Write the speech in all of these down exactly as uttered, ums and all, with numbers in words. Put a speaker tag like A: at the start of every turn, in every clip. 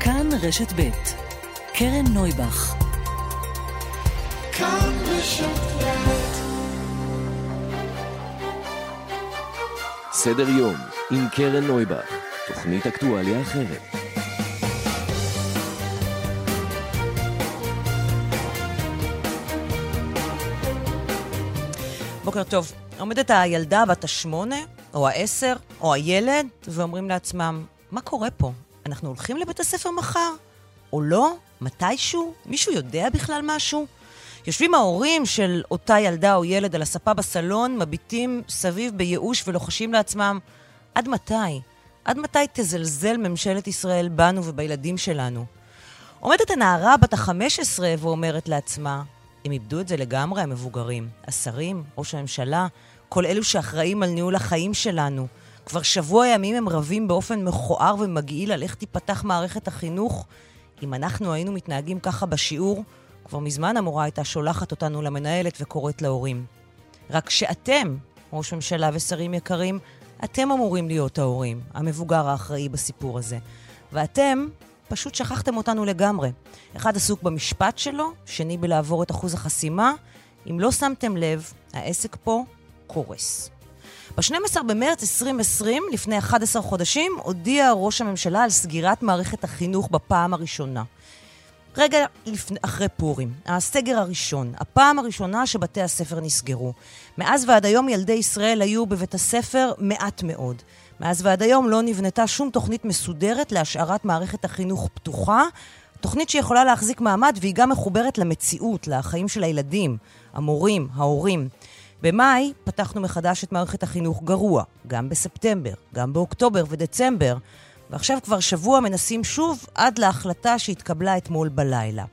A: כאן רשת ב' קרן נויבך. כאן רשת ב'.
B: סדר יום עם קרן נויבך, תוכנית אקטואליה אחרת.
C: בוקר טוב. עומדת הילדה בת השמונה, או העשר, או הילד, ואומרים לעצמם, מה קורה פה? אנחנו הולכים לבית הספר מחר? או לא? מתישהו? מישהו יודע בכלל משהו? יושבים ההורים של אותה ילדה או ילד על הספה בסלון, מביטים סביב בייאוש ולוחשים לעצמם, עד מתי? עד מתי תזלזל ממשלת ישראל בנו ובילדים שלנו? עומדת הנערה בת ה-חמש עשרה ואומרת לעצמה, הם איבדו את זה לגמרי, המבוגרים, השרים, ראש הממשלה, כל אלו שאחראים על ניהול החיים שלנו. כבר שבוע ימים הם רבים באופן מכוער ומגעיל על איך תיפתח מערכת החינוך. אם אנחנו היינו מתנהגים ככה בשיעור, כבר מזמן המורה הייתה שולחת אותנו למנהלת וקוראת להורים. רק שאתם, ראש ממשלה ושרים יקרים, אתם אמורים להיות ההורים, המבוגר האחראי בסיפור הזה. ואתם פשוט שכחתם אותנו לגמרי. אחד עסוק במשפט שלו, שני בלעבור את אחוז החסימה. אם לא שמתם לב, העסק פה קורס. ב-שנים עשר במרץ עשרים עשרים, לפני אחד עשר חודשים, הודיע ראש הממשלה על סגירת מערכת החינוך בפעם הראשונה. רגע לפני, אחרי פורים, הסגר הראשון, הפעם הראשונה שבתי הספר נסגרו. מאז ועד היום ילדי ישראל היו בבית הספר מעט מאוד. מאז ועד היום לא נבנתה שום תוכנית מסודרת להשארת מערכת החינוך פתוחה, תוכנית שיכולה להחזיק מעמד והיא גם מחוברת למציאות, לחיים של הילדים, המורים, ההורים. במאי פתחנו מחדש את מערכת החינוך גרוע, גם בספטמבר, גם באוקטובר ודצמבר, ועכשיו כבר שבוע מנסים שוב עד להחלטה שהתקבלה אתמול בלילה.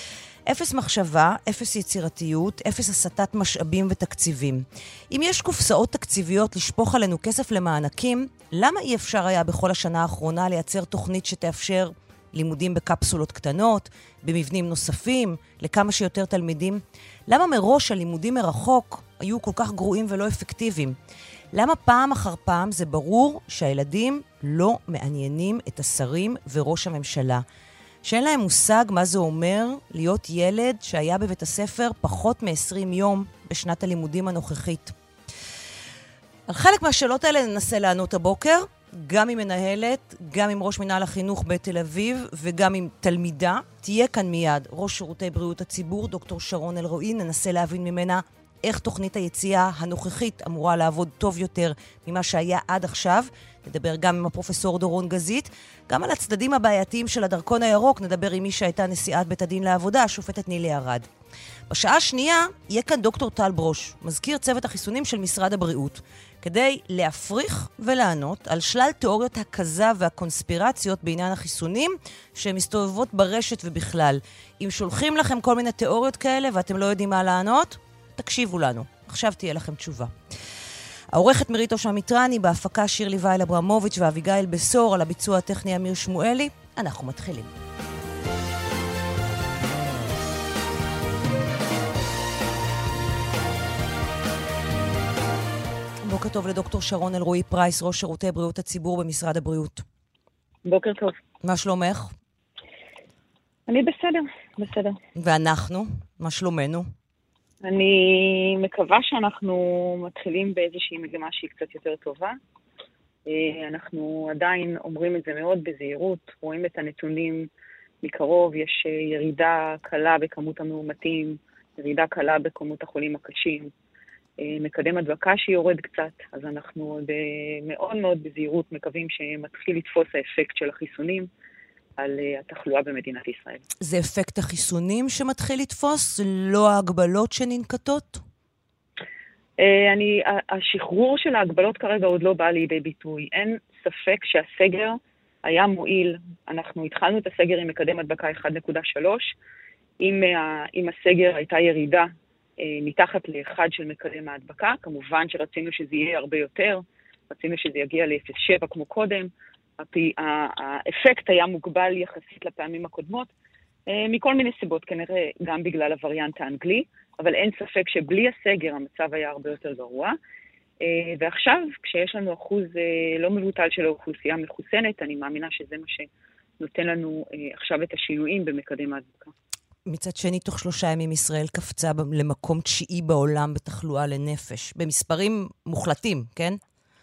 C: אפס מחשבה, אפס יצירתיות, אפס הסטת משאבים ותקציבים. אם יש קופסאות תקציביות לשפוך עלינו כסף למענקים, למה אי אפשר היה בכל השנה האחרונה לייצר תוכנית שתאפשר לימודים בקפסולות קטנות, במבנים נוספים, לכמה שיותר תלמידים? למה מראש הלימודים מרחוק היו כל כך גרועים ולא אפקטיביים? למה פעם אחר פעם זה ברור שהילדים לא מעניינים את השרים וראש הממשלה? שאין להם מושג מה זה אומר להיות ילד שהיה בבית הספר פחות מ-עשרים יום בשנת הלימודים הנוכחית. על חלק מהשאלות האלה ננסה לענות הבוקר, גם עם מנהלת, גם עם ראש מנהל החינוך בתל אביב וגם עם תלמידה. תהיה כאן מיד ראש שירותי בריאות הציבור, דוקטור שרון אלרועי, ננסה להבין ממנה איך תוכנית היציאה הנוכחית אמורה לעבוד טוב יותר ממה שהיה עד עכשיו. נדבר גם עם הפרופסור דורון גזית, גם על הצדדים הבעייתיים של הדרכון הירוק, נדבר עם מי שהייתה נשיאת בית הדין לעבודה, השופטת נילי ארד. בשעה השנייה יהיה כאן דוקטור טל ברוש, מזכיר צוות החיסונים של משרד הבריאות, כדי להפריך ולענות על שלל תיאוריות הכזב והקונספירציות בעניין החיסונים שמסתובבות ברשת ובכלל. אם שולחים לכם כל מיני תיאוריות כאלה ואתם לא יודעים מה לענות, תקשיבו לנו. עכשיו תהיה לכם תשובה. העורכת מירית אושה מיטרני, בהפקה שירלי וייל אברמוביץ' ואביגיל בסור, על הביצוע הטכני אמיר שמואלי. אנחנו מתחילים. בוקר טוב לדוקטור שרון אלרועי פרייס, ראש שירותי בריאות הציבור במשרד הבריאות.
D: בוקר טוב.
C: מה שלומך?
D: אני בסדר, בסדר.
C: ואנחנו? מה שלומנו?
D: אני מקווה שאנחנו מתחילים באיזושהי מגמה שהיא קצת יותר טובה. אנחנו עדיין אומרים את זה מאוד בזהירות, רואים את הנתונים מקרוב, יש ירידה קלה בכמות המאומתים, ירידה קלה בכמות החולים הקשים, מקדם הדבקה שיורד קצת, אז אנחנו מאוד מאוד בזהירות מקווים שמתחיל לתפוס האפקט של החיסונים על התחלואה במדינת ישראל.
C: זה אפקט החיסונים שמתחיל לתפוס? לא ההגבלות שננקטות?
D: אני, השחרור של ההגבלות כרגע עוד לא בא לידי ביטוי. אין ספק שהסגר היה מועיל. אנחנו התחלנו את הסגר עם מקדם הדבקה אחת נקודה שלוש. אם, אם הסגר הייתה ירידה מתחת לאחד של מקדם ההדבקה, כמובן שרצינו שזה יהיה הרבה יותר, רצינו שזה יגיע ל-אפס נקודה שבע כמו קודם, האפקט היה מוגבל יחסית לפעמים הקודמות, מכל מיני סיבות, כנראה גם בגלל הווריאנט האנגלי, אבל אין ספק שבלי הסגר המצב היה הרבה יותר גרוע, ועכשיו כשיש לנו אחוז לא מבוטל של האוכלוסייה מחוסנת, אני מאמינה שזה מה נותן לנו עכשיו את השינויים במקדם ההדבקה.
C: מצד שני, תוך שלושה ימים ישראל קפצה למקום תשיעי בעולם בתחלואה לנפש, במספרים מוחלטים, כן?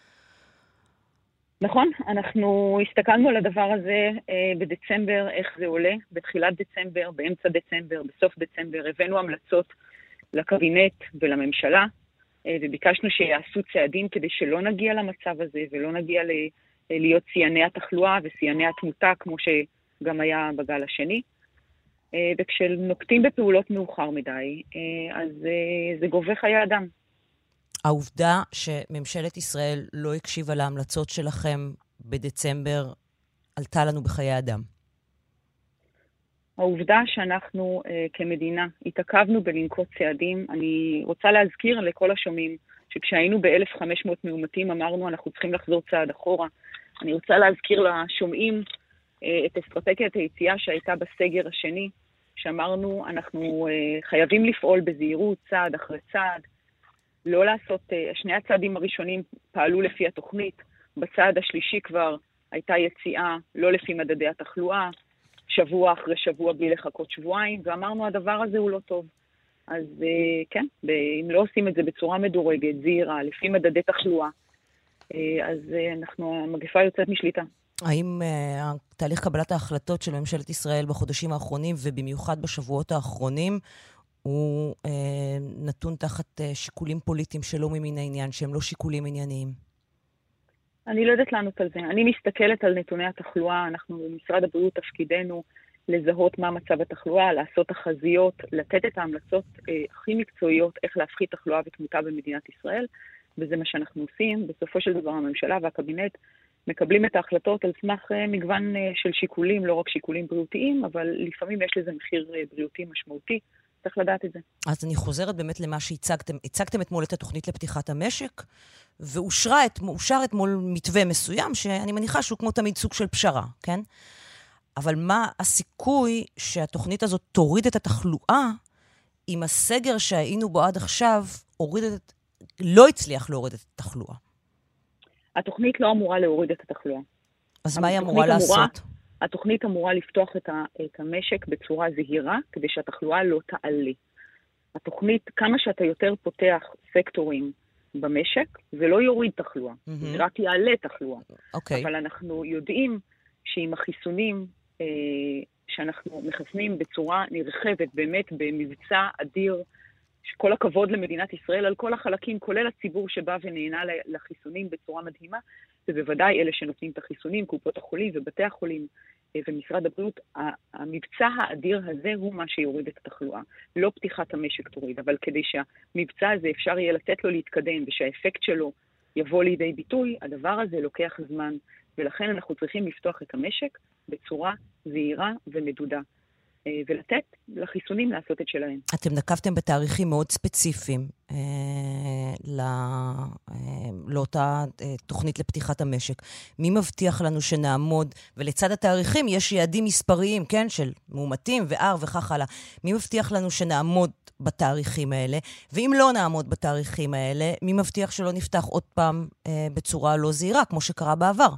D: נכון, אנחנו הסתכלנו על הדבר הזה אה, בדצמבר, איך זה עולה, בתחילת דצמבר, באמצע דצמבר, בסוף דצמבר, הבאנו המלצות לקבינט ולממשלה, אה, וביקשנו שיעשו צעדים כדי שלא נגיע למצב הזה, ולא נגיע ל, אה, להיות סייני התחלואה וסייני התמותה, כמו שגם היה בגל השני. אה, וכשנוקטים בפעולות מאוחר מדי, אה, אז אה, זה גובה חיי אדם.
C: העובדה שממשלת ישראל לא הקשיבה להמלצות שלכם בדצמבר, עלתה לנו בחיי אדם.
D: העובדה שאנחנו uh, כמדינה התעכבנו בלנקוט צעדים, אני רוצה להזכיר לכל השומעים שכשהיינו ב-אלף וחמש מאות מאומתים אמרנו אנחנו צריכים לחזור צעד אחורה. אני רוצה להזכיר לשומעים uh, את אסטרטגיית היציאה שהייתה בסגר השני, שאמרנו אנחנו uh, חייבים לפעול בזהירות צעד אחרי צעד, לא לעשות, שני הצעדים הראשונים פעלו לפי התוכנית, בצעד השלישי כבר הייתה יציאה לא לפי מדדי התחלואה, שבוע אחרי שבוע בלי לחכות שבועיים, ואמרנו הדבר הזה הוא לא טוב. אז כן, אם לא עושים את זה בצורה מדורגת, זהירה, לפי מדדי תחלואה, אז אנחנו, המגפה יוצאת משליטה.
C: האם uh, תהליך קבלת ההחלטות של ממשלת ישראל בחודשים האחרונים, ובמיוחד בשבועות האחרונים, הוא אה, נתון תחת אה, שיקולים פוליטיים שלא ממין העניין, שהם לא שיקולים ענייניים?
D: אני לא יודעת לענות על זה. אני מסתכלת על נתוני התחלואה, אנחנו במשרד הבריאות תפקידנו לזהות מה מצב התחלואה, לעשות תחזיות, לתת את ההמלצות אה, הכי מקצועיות, איך להפחית תחלואה ותמותה במדינת ישראל, וזה מה שאנחנו עושים. בסופו של דבר הממשלה והקבינט מקבלים את ההחלטות על סמך אה, מגוון אה, של שיקולים, לא רק שיקולים בריאותיים, אבל לפעמים יש לזה מחיר אה, בריאותי משמעותי. צריך לדעת את זה.
C: אז אני חוזרת באמת למה שהצגתם. הצגתם אתמול את התוכנית לפתיחת המשק, ואושרה את, אושר אתמול מתווה מסוים, שאני מניחה שהוא כמו תמיד סוג של פשרה, כן? אבל מה הסיכוי שהתוכנית הזאת תוריד את התחלואה, אם הסגר שהיינו בו עד עכשיו, הוריד את, לא הצליח להוריד את התחלואה?
D: התוכנית לא אמורה להוריד את התחלואה.
C: אז מה היא אמורה לעשות?
D: התוכנית אמורה לפתוח את, ה, את המשק בצורה זהירה, כדי שהתחלואה לא תעלה. התוכנית, כמה שאתה יותר פותח סקטורים במשק, זה לא יוריד תחלואה, mm-hmm. זה רק יעלה תחלואה.
C: Okay.
D: אבל אנחנו יודעים שעם החיסונים, אה, שאנחנו מחסנים בצורה נרחבת, באמת במבצע אדיר, שכל הכבוד למדינת ישראל על כל החלקים, כולל הציבור שבא ונהנה לחיסונים בצורה מדהימה, ובוודאי אלה שנותנים את החיסונים, קופות החולים ובתי החולים ומשרד הבריאות, המבצע האדיר הזה הוא מה שיוריד את התחלואה. לא פתיחת המשק תוריד, אבל כדי שהמבצע הזה אפשר יהיה לתת לו להתקדם, ושהאפקט שלו יבוא לידי ביטוי, הדבר הזה לוקח זמן, ולכן אנחנו צריכים לפתוח את המשק בצורה זהירה ומדודה. ולתת לחיסונים לעשות את שלהם.
C: אתם נקבתם בתאריכים מאוד ספציפיים אה, לא, אה, לאותה אה, תוכנית לפתיחת המשק. מי מבטיח לנו שנעמוד, ולצד התאריכים יש יעדים מספריים, כן, של מאומתים ו-R וכך הלאה. מי מבטיח לנו שנעמוד בתאריכים האלה? ואם לא נעמוד בתאריכים האלה, מי מבטיח שלא נפתח עוד פעם אה, בצורה לא זהירה, כמו שקרה בעבר?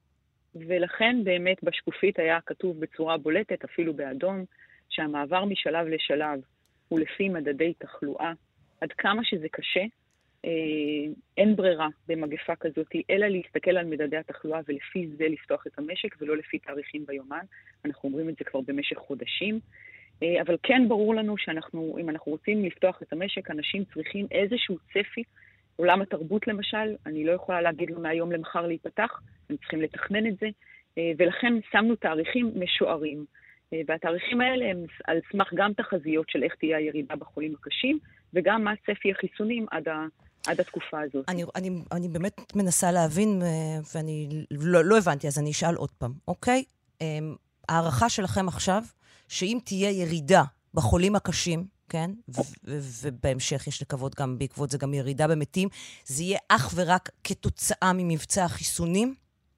D: ולכן באמת בשקופית היה כתוב בצורה בולטת, אפילו באדום, שהמעבר משלב לשלב הוא לפי מדדי תחלואה. עד כמה שזה קשה, אה, אין ברירה במגפה כזאת, אלא להסתכל על מדדי התחלואה ולפי זה לפתוח את המשק, ולא לפי תאריכים ביומן. אנחנו אומרים את זה כבר במשך חודשים. אה, אבל כן ברור לנו שאנחנו, אם אנחנו רוצים לפתוח את המשק, אנשים צריכים איזשהו צפי. עולם התרבות למשל, אני לא יכולה להגיד לו מהיום למחר להיפתח, הם צריכים לתכנן את זה, ולכן שמנו תאריכים משוערים. והתאריכים האלה הם על סמך גם תחזיות של איך תהיה הירידה בחולים הקשים, וגם מה צפי החיסונים עד, ה, עד התקופה הזאת.
C: אני, אני, אני באמת מנסה להבין, ואני לא, לא הבנתי, אז אני אשאל עוד פעם, אוקיי? הערכה שלכם עכשיו, שאם תהיה ירידה בחולים הקשים, כן? ובהמשך יש לקוות גם בעקבות זה גם ירידה במתים, זה יהיה אך ורק כתוצאה ממבצע החיסונים?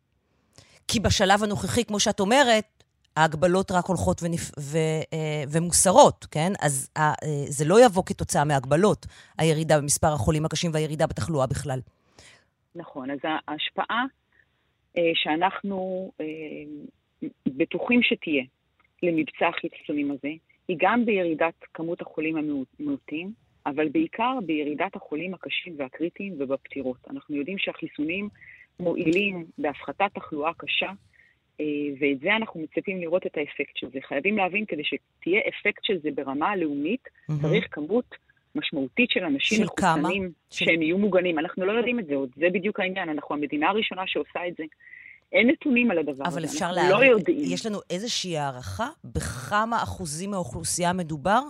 C: כי בשלב הנוכחי, כמו שאת אומרת, ההגבלות רק הולכות ונפ... ו... ומוסרות, כן? אז זה לא יבוא כתוצאה מהגבלות, הירידה במספר החולים הקשים והירידה בתחלואה בכלל.
D: נכון, אז ההשפעה שאנחנו בטוחים שתהיה למבצע החיסונים הזה, היא גם בירידת כמות החולים המעוטים, אבל בעיקר בירידת החולים הקשים והקריטיים ובפטירות. אנחנו יודעים שהחיסונים מועילים בהפחתת תחלואה קשה, ואת זה אנחנו מצפים לראות את האפקט של זה. חייבים להבין, כדי שתהיה אפקט של זה ברמה הלאומית, mm-hmm. צריך כמות משמעותית של אנשים מחוסנים שהם של... יהיו מוגנים. אנחנו לא יודעים את זה עוד, זה בדיוק העניין. אנחנו המדינה הראשונה שעושה את זה. אין נתונים על הדבר
C: אבל
D: הזה,
C: אפשר
D: אנחנו
C: לה...
D: לא יודעים.
C: יש לנו איזושהי הערכה בכמה אחוזים מהאוכלוסייה מדובר?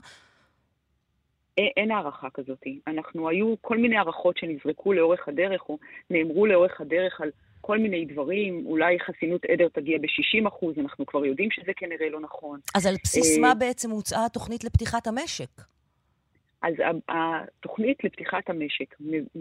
D: אין, אין הערכה כזאת. אנחנו, היו כל מיני הערכות שנזרקו לאורך הדרך, או נאמרו לאורך הדרך על כל מיני דברים, אולי חסינות עדר תגיע ב-שישים אחוז, אנחנו כבר יודעים שזה כנראה לא נכון.
C: אז על בסיס מה בעצם הוצאה התוכנית לפתיחת המשק?
D: אז התוכנית לפתיחת המשק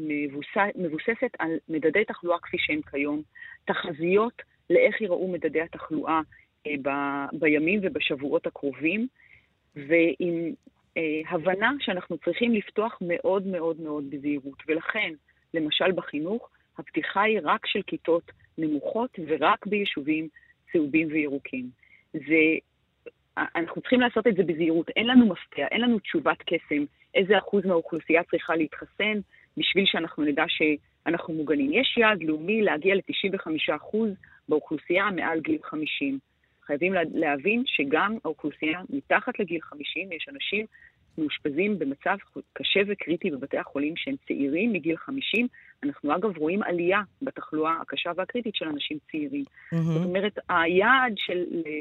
D: מבוססת על מדדי תחלואה כפי שהם כיום, תחזיות לאיך ייראו מדדי התחלואה בימים ובשבועות הקרובים, ועם הבנה שאנחנו צריכים לפתוח מאוד מאוד מאוד בזהירות. ולכן, למשל בחינוך, הפתיחה היא רק של כיתות נמוכות ורק ביישובים צהובים וירוקים. זה, אנחנו צריכים לעשות את זה בזהירות. אין לנו מפתיע, אין לנו תשובת קסם, איזה אחוז מהאוכלוסייה צריכה להתחסן, בשביל שאנחנו נדע שאנחנו מוגנים. יש יעד לאומי להגיע ל-תשעים וחמישה אחוז באוכלוסייה מעל גיל חמישים. חייבים להבין שגם האוכלוסייה מתחת לגיל חמישים, יש אנשים מאושפזים במצב קשה וקריטי בבתי החולים שהם צעירים מגיל חמישים. אנחנו אגב רואים עלייה בתחלואה הקשה והקריטית של אנשים צעירים. Mm-hmm. זאת אומרת, היעד של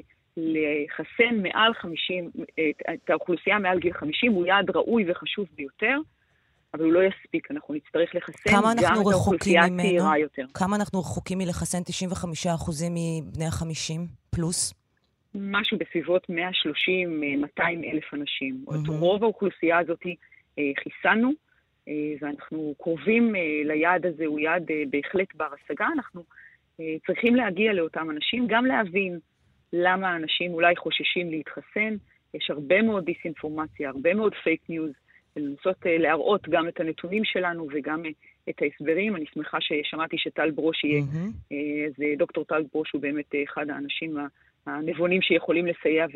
D: לחסן מעל חמישים, את האוכלוסייה מעל גיל חמישים, הוא יעד ראוי וחשוב ביותר, אבל הוא לא יספיק. אנחנו נצטרך לחסן גם את האוכלוסייה הצעירה יותר.
C: כמה אנחנו רחוקים מלחסן תשעים וחמישה אחוז מבני ה-חמישים פלוס?
D: משהו בסביבות מאה ושלושים עד מאתיים אלף אנשים. Mm-hmm. רוב האוכלוסייה הזאת חיסנו, ואנחנו קרובים ליעד הזה, הוא יעד בהחלט בר השגה. אנחנו צריכים להגיע לאותם אנשים, גם להבין למה האנשים אולי חוששים להתחסן. יש הרבה מאוד דיסאינפורמציה, הרבה מאוד פייק ניוז, ולנסות להראות גם את הנתונים שלנו וגם את ההסברים. אני שמחה ששמעתי שטל ברוש יהיה, mm-hmm. אז דוקטור טל ברוש הוא באמת אחד האנשים הנבונים שיכולים לסייע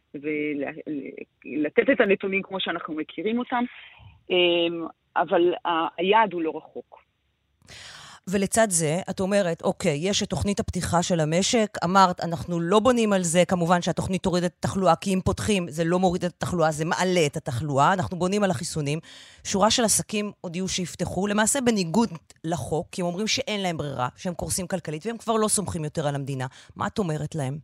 D: ולתת את הנתונים כמו שאנחנו מכירים אותם, אבל היעד הוא לא רחוק.
C: ולצד זה, את אומרת, אוקיי, יש את תוכנית הפתיחה של המשק, אמרת, אנחנו לא בונים על זה, כמובן שהתוכנית תוריד את התחלואה, כי אם פותחים, זה לא מוריד את התחלואה, זה מעלה את התחלואה, אנחנו בונים על החיסונים. שורה של עסקים הודיעו שיפתחו, למעשה בניגוד לחוק, כי הם אומרים שאין להם ברירה, שהם קורסים כלכלית, והם כבר לא סומכים יותר על המדינה. מה את אומרת להם?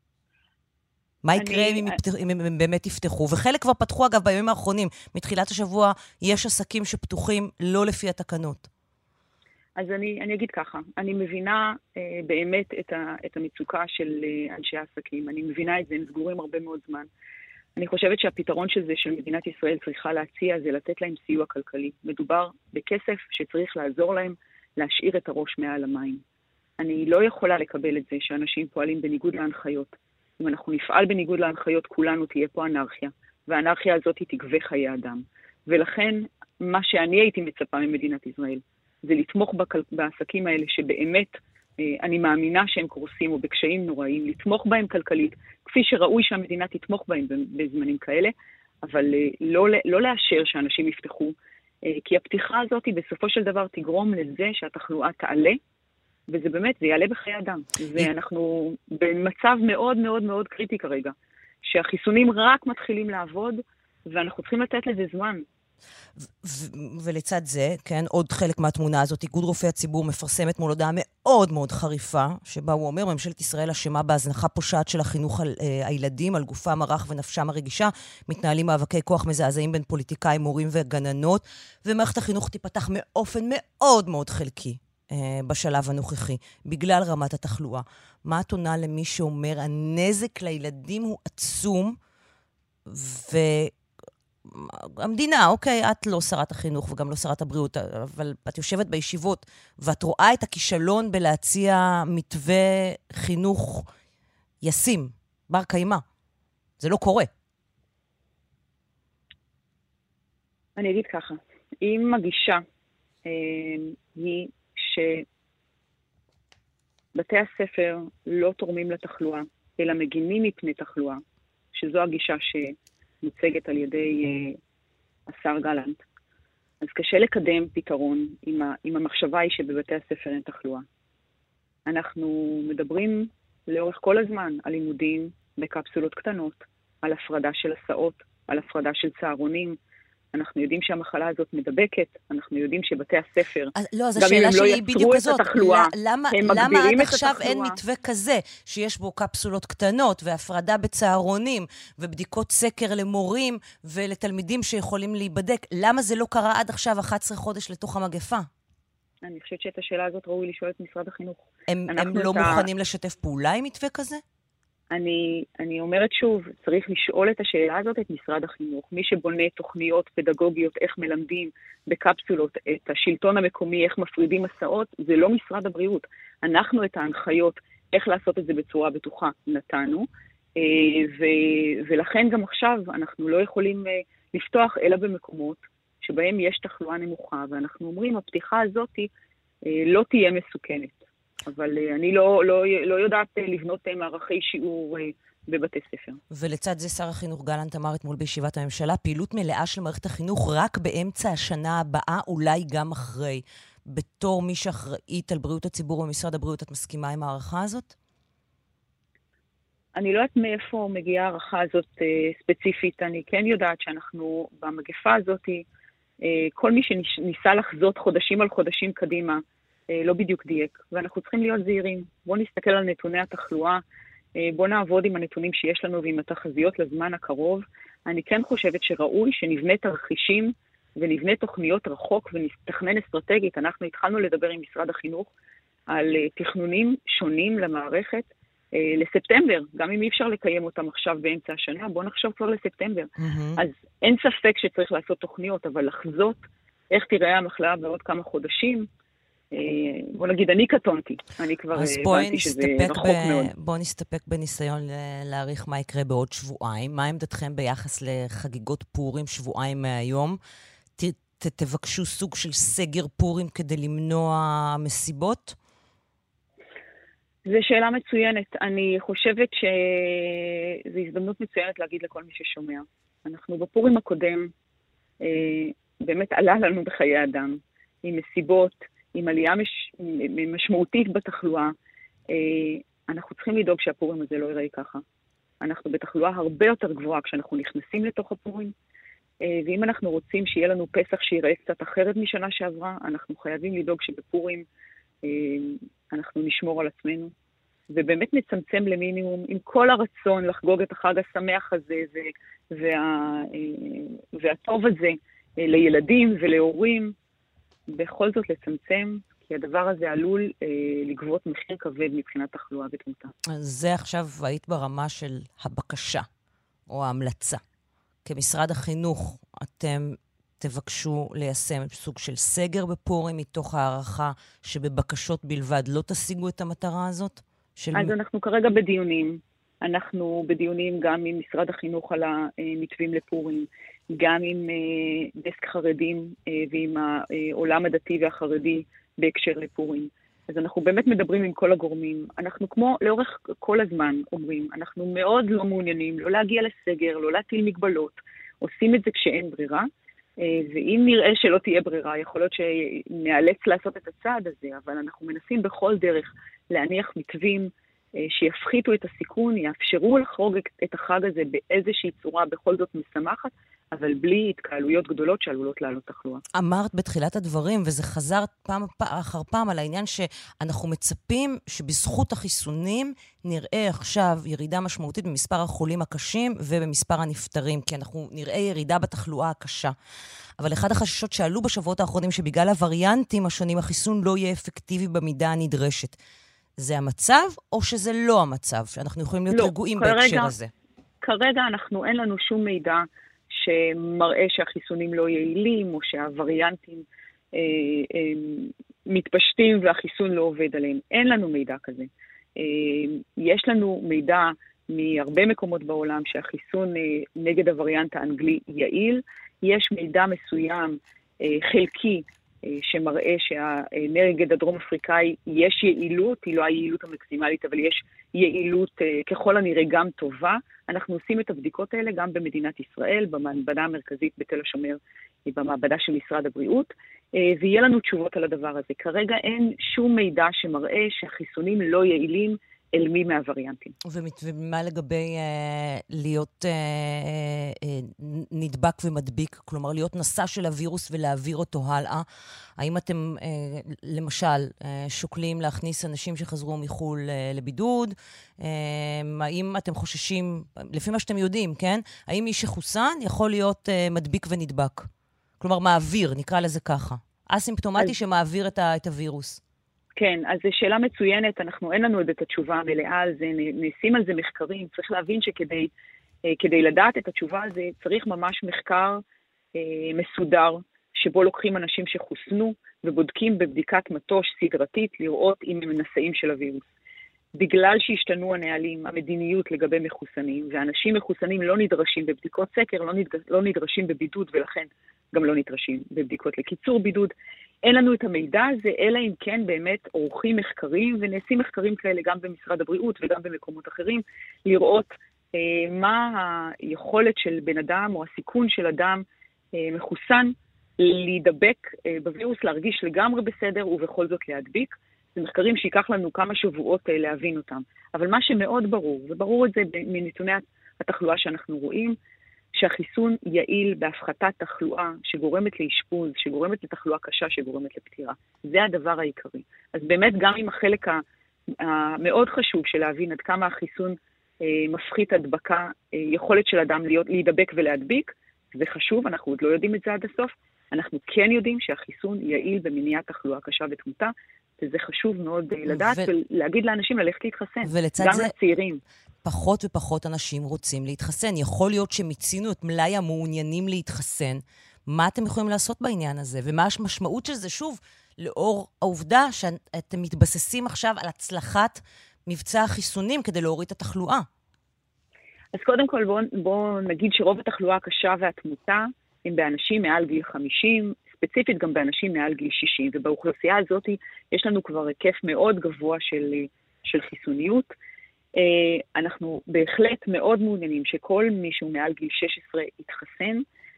C: מה יקרה אם, אם הם באמת יפתחו? וחלק כבר פתחו, אגב, בימים האחרונים. מתחילת השבוע יש עסקים שפתוחים לא לפי התקנות.
D: אז אני, אני אגיד ככה, אני מבינה אה, באמת את, ה, את המצוקה של אה, אנשי העסקים. אני מבינה את זה, הם סגורים הרבה מאוד זמן. אני חושבת שהפתרון של זה, של מדינת ישראל צריכה להציע, זה לתת להם סיוע כלכלי. מדובר בכסף שצריך לעזור להם להשאיר את הראש מעל המים. אני לא יכולה לקבל את זה שאנשים פועלים בניגוד להנחיות. אם אנחנו נפעל בניגוד להנחיות, כולנו תהיה פה אנרכיה, והאנרכיה הזאת היא תגבה חיי אדם. ולכן, מה שאני הייתי מצפה ממדינת ישראל, זה לתמוך בעסקים האלה שבאמת אני מאמינה שהם קורסים או בקשיים נוראים, לתמוך בהם כלכלית, כפי שראוי שהמדינה תתמוך בהם בזמנים כאלה, אבל לא, לא לאשר שאנשים יפתחו, כי הפתיחה הזאת בסופו של דבר תגרום לזה שהתחלואה תעלה, וזה באמת, זה יעלה בחיי אדם. ואנחנו במצב מאוד מאוד מאוד קריטי כרגע, שהחיסונים רק מתחילים לעבוד, ואנחנו צריכים לתת לזה זמן.
C: ולצד זה, כן, עוד חלק מהתמונה הזאת, איגוד רופאי הציבור מפרסמת מול הודעה מאוד מאוד חריפה, שבה הוא אומר, ממשלת ישראל אשמה בהזנחה פושעת של החינוך על uh, הילדים, על גופם הרך ונפשם הרגישה, מתנהלים מאבקי כוח מזעזעים בין פוליטיקאים, מורים וגננות, ומערכת החינוך תיפתח מאופן מאוד מאוד חלקי uh, בשלב הנוכחי, בגלל רמת התחלואה. מה את עונה למי שאומר, הנזק לילדים הוא עצום, ו... המדינה, אוקיי, את לא שרת החינוך וגם לא שרת הבריאות, אבל את יושבת בישיבות ואת רואה את הכישלון בלהציע מתווה חינוך ישים, בר קיימה. זה לא קורה.
D: אני אגיד ככה, אם הגישה אה, היא שבתי הספר לא תורמים לתחלואה, אלא מגינים מפני תחלואה, שזו הגישה שמוצגת על ידי uh, השר גלנט. אז קשה לקדם פתרון עם, ה, עם המחשבה היא שבבתי הספר אין תחלואה. אנחנו מדברים לאורך כל הזמן על לימודים בקפסולות קטנות, על הפרדה של הסעות, על הפרדה של צהרונים. אנחנו יודעים שהמחלה הזאת מדבקת, אנחנו יודעים שבתי הספר,
C: אז, לא, אז
D: גם אם הם
C: השאלה
D: לא
C: שלי היא בדיוק
D: יצרו את
C: כזאת,
D: התחלואה,
C: למה,
D: הם
C: למה
D: מגבירים
C: עד
D: את
C: עכשיו
D: התחלואה?
C: אין מתווה כזה, שיש בו קפסולות קטנות, והפרדה בצהרונים, ובדיקות סקר למורים, ולתלמידים שיכולים להיבדק? למה זה לא קרה עד עכשיו אחת עשרה חודש לתוך המגפה?
D: אני חושבת שאת השאלה הזאת ראוי לשאול את משרד החינוך.
C: הם, הם לא
D: ה...
C: מוכנים לשתף פעולה עם מתווה כזה?
D: אני, אני אומרת שוב, צריך לשאול את השאלה הזאת את משרד החינוך. מי שבונה תוכניות פדגוגיות, איך מלמדים בקפסולות את השלטון המקומי, איך מפרידים מסעות, זה לא משרד הבריאות. אנחנו את ההנחיות, איך לעשות את זה בצורה בטוחה, נתנו, ו- ולכן גם עכשיו אנחנו לא יכולים לפתוח אלא במקומות שבהם יש תחלואה נמוכה, ואנחנו אומרים, הפתיחה הזאת לא תהיה מסוכנת. אבל אני לא, לא, לא יודעת לבנות מערכי שיעור בבתי ספר.
C: ולצד זה שר החינוך גלנט אמר אתמול בישיבת הממשלה, פעילות מלאה של מערכת החינוך רק באמצע השנה הבאה, אולי גם אחרי. בתור מי שאחראית על בריאות הציבור במשרד הבריאות, את מסכימה עם הערכה הזאת?
D: אני לא יודעת מאיפה מגיעה הערכה הזאת אה, ספציפית. אני כן יודעת שאנחנו במגפה הזאת, אה, כל מי שניסה לחזות חודשים על חודשים קדימה, לא בדיוק דייק, ואנחנו צריכים להיות זהירים. בואו נסתכל על נתוני התחלואה, בואו נעבוד עם הנתונים שיש לנו ועם התחזיות לזמן הקרוב. אני כן חושבת שראוי שנבנה תרחישים ונבנה תוכניות רחוק ונתכנן אסטרטגית. אנחנו התחלנו לדבר עם משרד החינוך על תכנונים שונים למערכת לספטמבר, גם אם אי אפשר לקיים אותם עכשיו באמצע השנה, בואו נחשוב כבר לספטמבר. Mm-hmm. אז אין ספק שצריך לעשות תוכניות, אבל לחזות איך תראה המחלה בעוד כמה חודשים, בוא נגיד, אני קטונתי. אני כבר הבנתי שזה רחוק
C: ב...
D: מאוד.
C: בוא נסתפק בניסיון להעריך מה יקרה בעוד שבועיים. מה עמדתכם ביחס לחגיגות פורים שבועיים מהיום? ת, ת, תבקשו סוג של סגר פורים כדי למנוע מסיבות?
D: זו שאלה מצוינת. אני חושבת שזו הזדמנות מצוינת להגיד לכל מי ששומע. אנחנו בפורים הקודם, באמת עלה לנו בחיי אדם, עם מסיבות, עם עלייה מש... משמעותית בתחלואה. אנחנו צריכים לדאוג שהפורים הזה לא ייראה ככה. אנחנו בתחלואה הרבה יותר גבוהה כשאנחנו נכנסים לתוך הפורים, ואם אנחנו רוצים שיהיה לנו פסח שיראה קצת אחרת משנה שעברה, אנחנו חייבים לדאוג שבפורים אנחנו נשמור על עצמנו, ובאמת נצמצם למינימום, עם כל הרצון לחגוג את החג השמח הזה וה... והטוב הזה לילדים ולהורים, בכל זאת לצמצם, כי הדבר הזה עלול אה, לגבות מחיר כבד מבחינת תחלואה ותמותה.
C: אז זה עכשיו היית ברמה של הבקשה, או ההמלצה. כמשרד החינוך, אתם תבקשו ליישם סוג של סגר בפורים, מתוך הערכה שבבקשות בלבד לא תשיגו את המטרה הזאת? של...
D: אז אנחנו כרגע בדיונים. אנחנו בדיונים גם עם משרד החינוך על המתווים לפורים, גם עם דסק חרדים ועם העולם הדתי והחרדי בהקשר לפורים. אז אנחנו באמת מדברים עם כל הגורמים. אנחנו כמו לאורך כל הזמן אומרים, אנחנו מאוד לא מעוניינים לא להגיע לסגר, לא להטיל מגבלות. עושים את זה כשאין ברירה, ואם נראה שלא תהיה ברירה, יכול להיות שנאלץ לעשות את הצעד הזה, אבל אנחנו מנסים בכל דרך להניח מתווים שיפחיתו את הסיכון, יאפשרו לחרוג את החג הזה באיזושהי צורה בכל זאת משמחת, אבל בלי התקהלויות גדולות שעלולות לעלות תחלואה.
C: אמרת בתחילת הדברים, וזה חזר פעם אחר פעם על העניין שאנחנו מצפים שבזכות החיסונים נראה עכשיו ירידה משמעותית במספר החולים הקשים ובמספר הנפטרים, כי אנחנו נראה ירידה בתחלואה הקשה. אבל אחד החששות שעלו בשבועות האחרונים שבגלל הווריאנטים השונים החיסון לא יהיה אפקטיבי במידה הנדרשת. זה המצב או שזה לא המצב? שאנחנו יכולים להיות לא, רגועים כרגע, בהקשר הזה.
D: כרגע אנחנו, אין לנו שום מידע שמראה שהחיסונים לא יעילים, או שהווריאנטים אה, אה, מתפשטים והחיסון לא עובד עליהם. אין לנו מידע כזה. אה, יש לנו מידע מהרבה מקומות בעולם שהחיסון אה, נגד הווריאנט האנגלי יעיל. יש מידע מסוים, אה, חלקי, שמראה שנגד הדרום אפריקאי יש יעילות, היא לא היעילות המקסימלית, אבל יש יעילות ככל הנראה גם טובה. אנחנו עושים את הבדיקות האלה גם במדינת ישראל, במעבדה המרכזית בתל השומר, במעבדה של משרד הבריאות, ויהיה לנו תשובות על הדבר הזה. כרגע אין שום מידע שמראה שהחיסונים לא יעילים אל מי מהווריאנטים.
C: ומה לגבי אה, להיות אה, אה, נדבק ומדביק, כלומר להיות נשא של הווירוס ולהעביר אותו הלאה? האם אתם אה, למשל אה, שוקלים להכניס אנשים שחזרו מחול אה, לבידוד? אה, האם אתם חוששים, לפי מה שאתם יודעים, כן? האם מי שחוסן יכול להיות אה, מדביק ונדבק? כלומר מעביר, נקרא לזה ככה. אסימפטומטי אז... שמעביר את, ה, את הווירוס.
D: כן, אז זו שאלה מצוינת, אנחנו אין לנו עוד את התשובה המלאה על זה, נעשים על זה מחקרים, צריך להבין שכדי כדי לדעת את התשובה על זה, צריך ממש מחקר אה, מסודר, שבו לוקחים אנשים שחוסנו, ובודקים בבדיקת מטוש סדרתית, לראות אם הם נשאים של הווירוס. בגלל שהשתנו הנהלים, המדיניות לגבי מחוסנים, ואנשים מחוסנים לא נדרשים בבדיקות סקר, לא, נדרש, לא נדרשים בבידוד, ולכן גם לא נדרשים בבדיקות לקיצור בידוד, אין לנו את המידע הזה, אלא אם כן באמת עורכים מחקרים, ונעשים מחקרים כאלה גם במשרד הבריאות וגם במקומות אחרים, לראות אה, מה היכולת של בן אדם או הסיכון של אדם אה, מחוסן להידבק אה, בווירוס, להרגיש לגמרי בסדר ובכל זאת להדביק. זה מחקרים שיקח לנו כמה שבועות אה, להבין אותם. אבל מה שמאוד ברור, וברור את זה מנתוני התחלואה שאנחנו רואים, שהחיסון יעיל בהפחתת תחלואה שגורמת לאשפוז, שגורמת לתחלואה קשה, שגורמת לפטירה. זה הדבר העיקרי. אז באמת גם עם החלק המאוד חשוב של להבין עד כמה החיסון אה, מפחית הדבקה, אה, יכולת של אדם להיות, להידבק ולהדביק, זה חשוב, אנחנו עוד לא יודעים את זה עד הסוף, אנחנו כן יודעים שהחיסון יעיל במניעת תחלואה קשה ותמותה, וזה חשוב מאוד לדעת ו... ולהגיד לאנשים ללכת להתחסן, גם זה... לצעירים.
C: פחות ופחות אנשים רוצים להתחסן. יכול להיות שמיצינו את מלאי המעוניינים להתחסן. מה אתם יכולים לעשות בעניין הזה? ומה המשמעות של זה? שוב, לאור העובדה שאתם מתבססים עכשיו על הצלחת מבצע החיסונים כדי להוריד את התחלואה.
D: אז קודם כל בואו בוא נגיד שרוב התחלואה הקשה והתמותה הם באנשים מעל גיל חמישים, ספציפית גם באנשים מעל גיל שישים, ובאוכלוסייה הזאת יש לנו כבר היקף מאוד גבוה של, של חיסוניות. אנחנו בהחלט מאוד מעוניינים שכל מישהו מעל גיל שש עשרה יתחסן.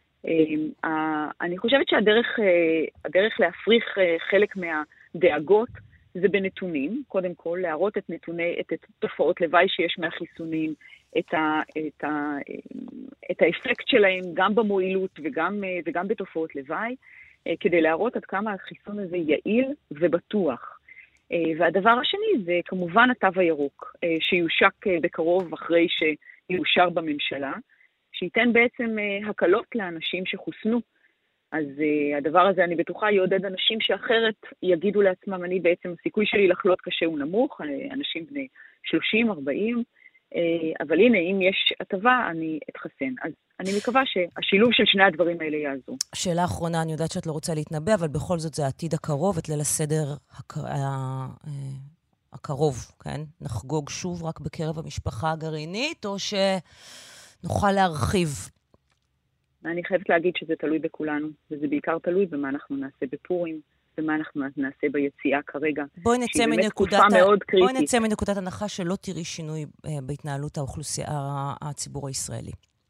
D: אני חושבת שהדרך הדרך להפריך חלק מהדאגות זה בנתונים, קודם כל להראות את נתוני, את תופעות לוואי שיש מהחיסונים, את ה, את ה, את האפקט שלהם גם במועילות וגם, וגם בתופעות לוואי, כדי להראות עד כמה החיסון הזה יעיל ובטוח. והדבר השני זה כמובן התו הירוק, שיושק בקרוב אחרי שיאושר בממשלה, שייתן בעצם הקלות לאנשים שחוסנו. אז הדבר הזה אני בטוחה יעודד אנשים שאחרת יגידו לעצמם, אני בעצם הסיכוי שלי לחלות קשה הוא נמוך, אנשים בני שלושים ארבעים, אבל הנה, אם יש הטבה, אני אתחסן. אז אני מקווה שהשילוב של שני הדברים האלה יעזור.
C: שאלה אחרונה, אני יודעת שאת לא רוצה להתנבא, אבל בכל זאת זה העתיד הקרוב, את ליל הסדר הקרוב, כן? נחגוג שוב רק בקרב המשפחה הגרעינית, או שנוכל להרחיב?
D: אני חייבת להגיד שזה תלוי בכולנו, וזה בעיקר תלוי במה אנחנו נעשה בפורים, ומה אנחנו נעשה ביציאה כרגע.
C: בואי נצא מנקודת, בואי נצא מנקודת הנחה שלא תראי שינוי בהתנהלות האוכלוסייה, הציבור הישראלי.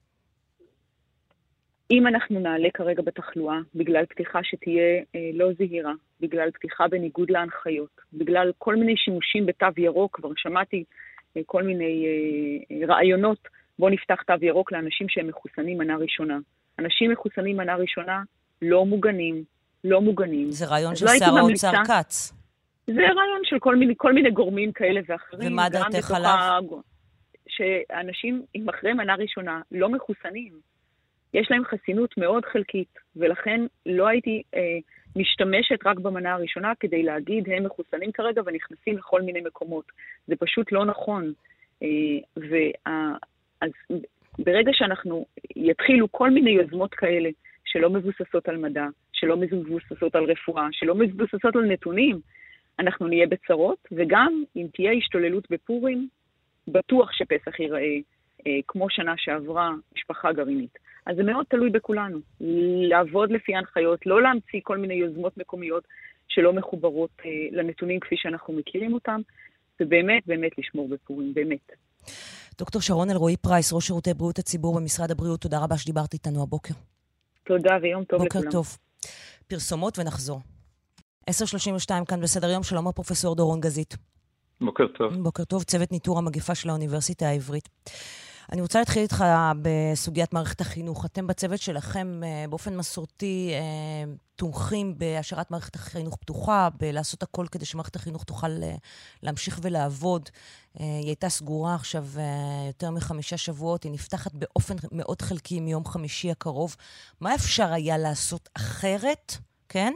D: אם אנחנו נעלה כרגע בתחלואה, בגלל פתיחה שתהיה אה, לא זהירה, בגלל פתיחה בניגוד להנחיות, בגלל כל מיני שימושים בתו ירוק, כבר שמעתי אה, כל מיני אה, רעיונות, בוא נפתח תו ירוק לאנשים שהם מחוסנים מנה ראשונה. אנשים מחוסנים מנה ראשונה לא מוגנים, לא מוגנים.
C: זה רעיון של שר האוצר קץ.
D: זה רעיון של כל מיני, כל מיני גורמים כאלה ואחרים.
C: ומה דעתך עליו?
D: שאנשים עם אחרי מנה ראשונה לא מחוסנים, יש להם חסינות מאוד חלקית, ולכן לא הייתי אה, משתמשת רק במנה הראשונה כדי להגיד, הם מחוסנים כרגע ונכנסים לכל מיני מקומות. זה פשוט לא נכון. אה, וה, אז ברגע שאנחנו יתחילו כל מיני יוזמות כאלה, שלא מבוססות על מדע, שלא מבוססות על רפואה, שלא מבוססות על נתונים, אנחנו נהיה בצרות, וגם אם תהיה השתוללות בפורים, בטוח שפסח ייראה אה, כמו שנה שעברה משפחה גרעינית. אז זה מאוד תלוי בכולנו. לעבוד לפי ההנחיות, לא להמציא כל מיני יוזמות מקומיות שלא מחוברות אה, לנתונים כפי שאנחנו מכירים אותם, ובאמת, באמת לשמור בפורים, באמת.
C: דוקטור שרון אלרועי פרייס, ראש שירותי בריאות הציבור במשרד הבריאות, תודה רבה שדיברת איתנו הבוקר.
D: תודה ויום טוב
C: בוקר
D: לכולם.
C: טוב. פרסומות ונחזור. עשר שלושים ושתיים כאן בסדר יום, שלום הפרופסור דורון גזית.
E: בוקר טוב.
C: בוקר טוב, צוות ניטור המגפה של האוניברסיטה העברית. אני רוצה להתחיל איתך בסוגיית מערכת החינוך. אתם בצוות שלכם באופן מסורתי תומכים בהשארת מערכת החינוך פתוחה, בלעשות הכל כדי שמערכת החינוך תוכל להמשיך ולעבוד. היא הייתה סגורה עכשיו יותר מחמישה שבועות, היא נפתחת באופן מאוד חלקי מיום חמישי הקרוב. מה אפשר היה לעשות אחרת, כן?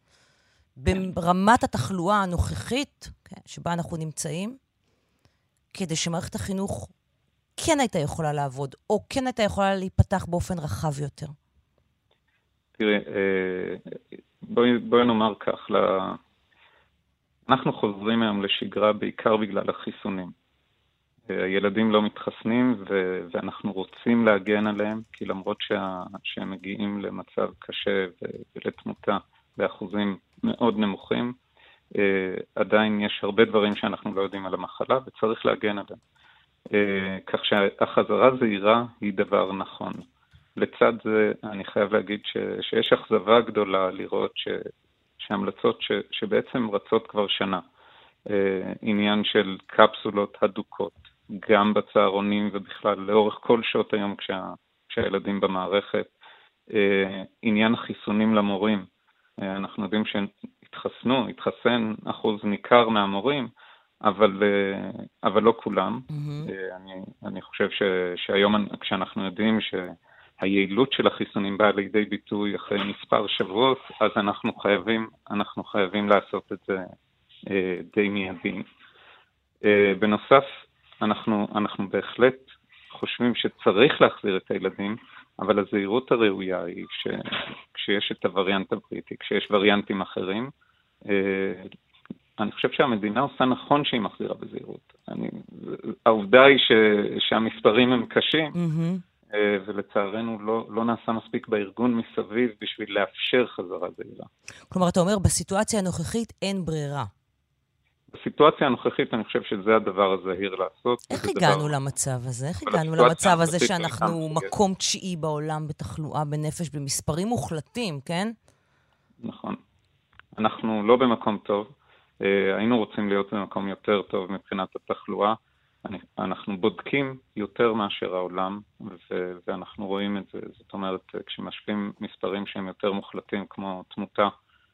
C: ברמת התחלואה הנוכחית, כן, שבה אנחנו נמצאים, כדי שמערכת החינוך כן הייתה יכולה לעבוד, או כן הייתה יכולה להיפתח באופן רחב יותר?
E: תראי, בואי, בואי נאמר כך, אנחנו חוזרים היום לשגרה בעיקר בגלל החיסונים. הילדים לא מתחסנים ו- ואנחנו רוצים להגן עליהם, כי למרות שה- שהם מגיעים למצב קשה ו- ולתמותה באחוזים מאוד נמוכים, עדיין יש הרבה דברים שאנחנו לא יודעים על המחלה וצריך להגן עליהם. כך שהחזרה זהירה היא דבר נכון. לצד זה אני חייב להגיד ש, שיש אכזבה גדולה לראות ש, שהמלצות ש, שבעצם רצות כבר שנה. עניין של קפסולות הדוקות, גם בצהרונים ובכלל לאורך כל שעות היום כשה, כשהילדים במערכת. עניין החיסונים למורים. אנחנו יודעים שהתחסנו, התחסן אחוז ניכר מהמורים, אבל, אבל לא כולם. Mm-hmm. אני, אני חושב ש, שהיום כשאנחנו יודעים שהיעילות של החיסונים באה לידי ביטוי אחרי מספר שבועות, אז אנחנו חייבים, אנחנו חייבים לעשות את זה אה, די מיידי. אה, בנוסף, אנחנו, אנחנו בהחלט חושבים שצריך להחזיר את הילדים, אבל הזהירות הראויה היא שכשיש את הווריאנט הבריטי, כשיש וריאנטים אחרים, אה, אני חושב שהמדינה עושה נכון שהיא מחזירה בזהירות. אני, העובדה היא ש, שהמספרים הם קשים, mm-hmm. ולצערנו לא, לא נעשה מספיק בארגון מסביב בשביל לאפשר חזרה זהירה.
C: כלומר, אתה אומר, בסיטואציה הנוכחית אין ברירה.
E: בסיטואציה הנוכחית אני חושב שזה הדבר הזהיר לעשות.
C: איך הגענו דבר... למצב הזה? איך הגענו למצב הזה שאנחנו מקום תשיעי בעולם בתחלואה בנפש במספרים מוחלטים, כן?
E: נכון. אנחנו לא במקום טוב. היינו רוצים להיות במקום יותר טוב מבחינת התחלואה. אנחנו בודקים יותר מאשר העולם, ו- ואנחנו רואים את זה. זאת אומרת, כשמשווים מספרים שהם יותר מוחלטים, כמו תמותה,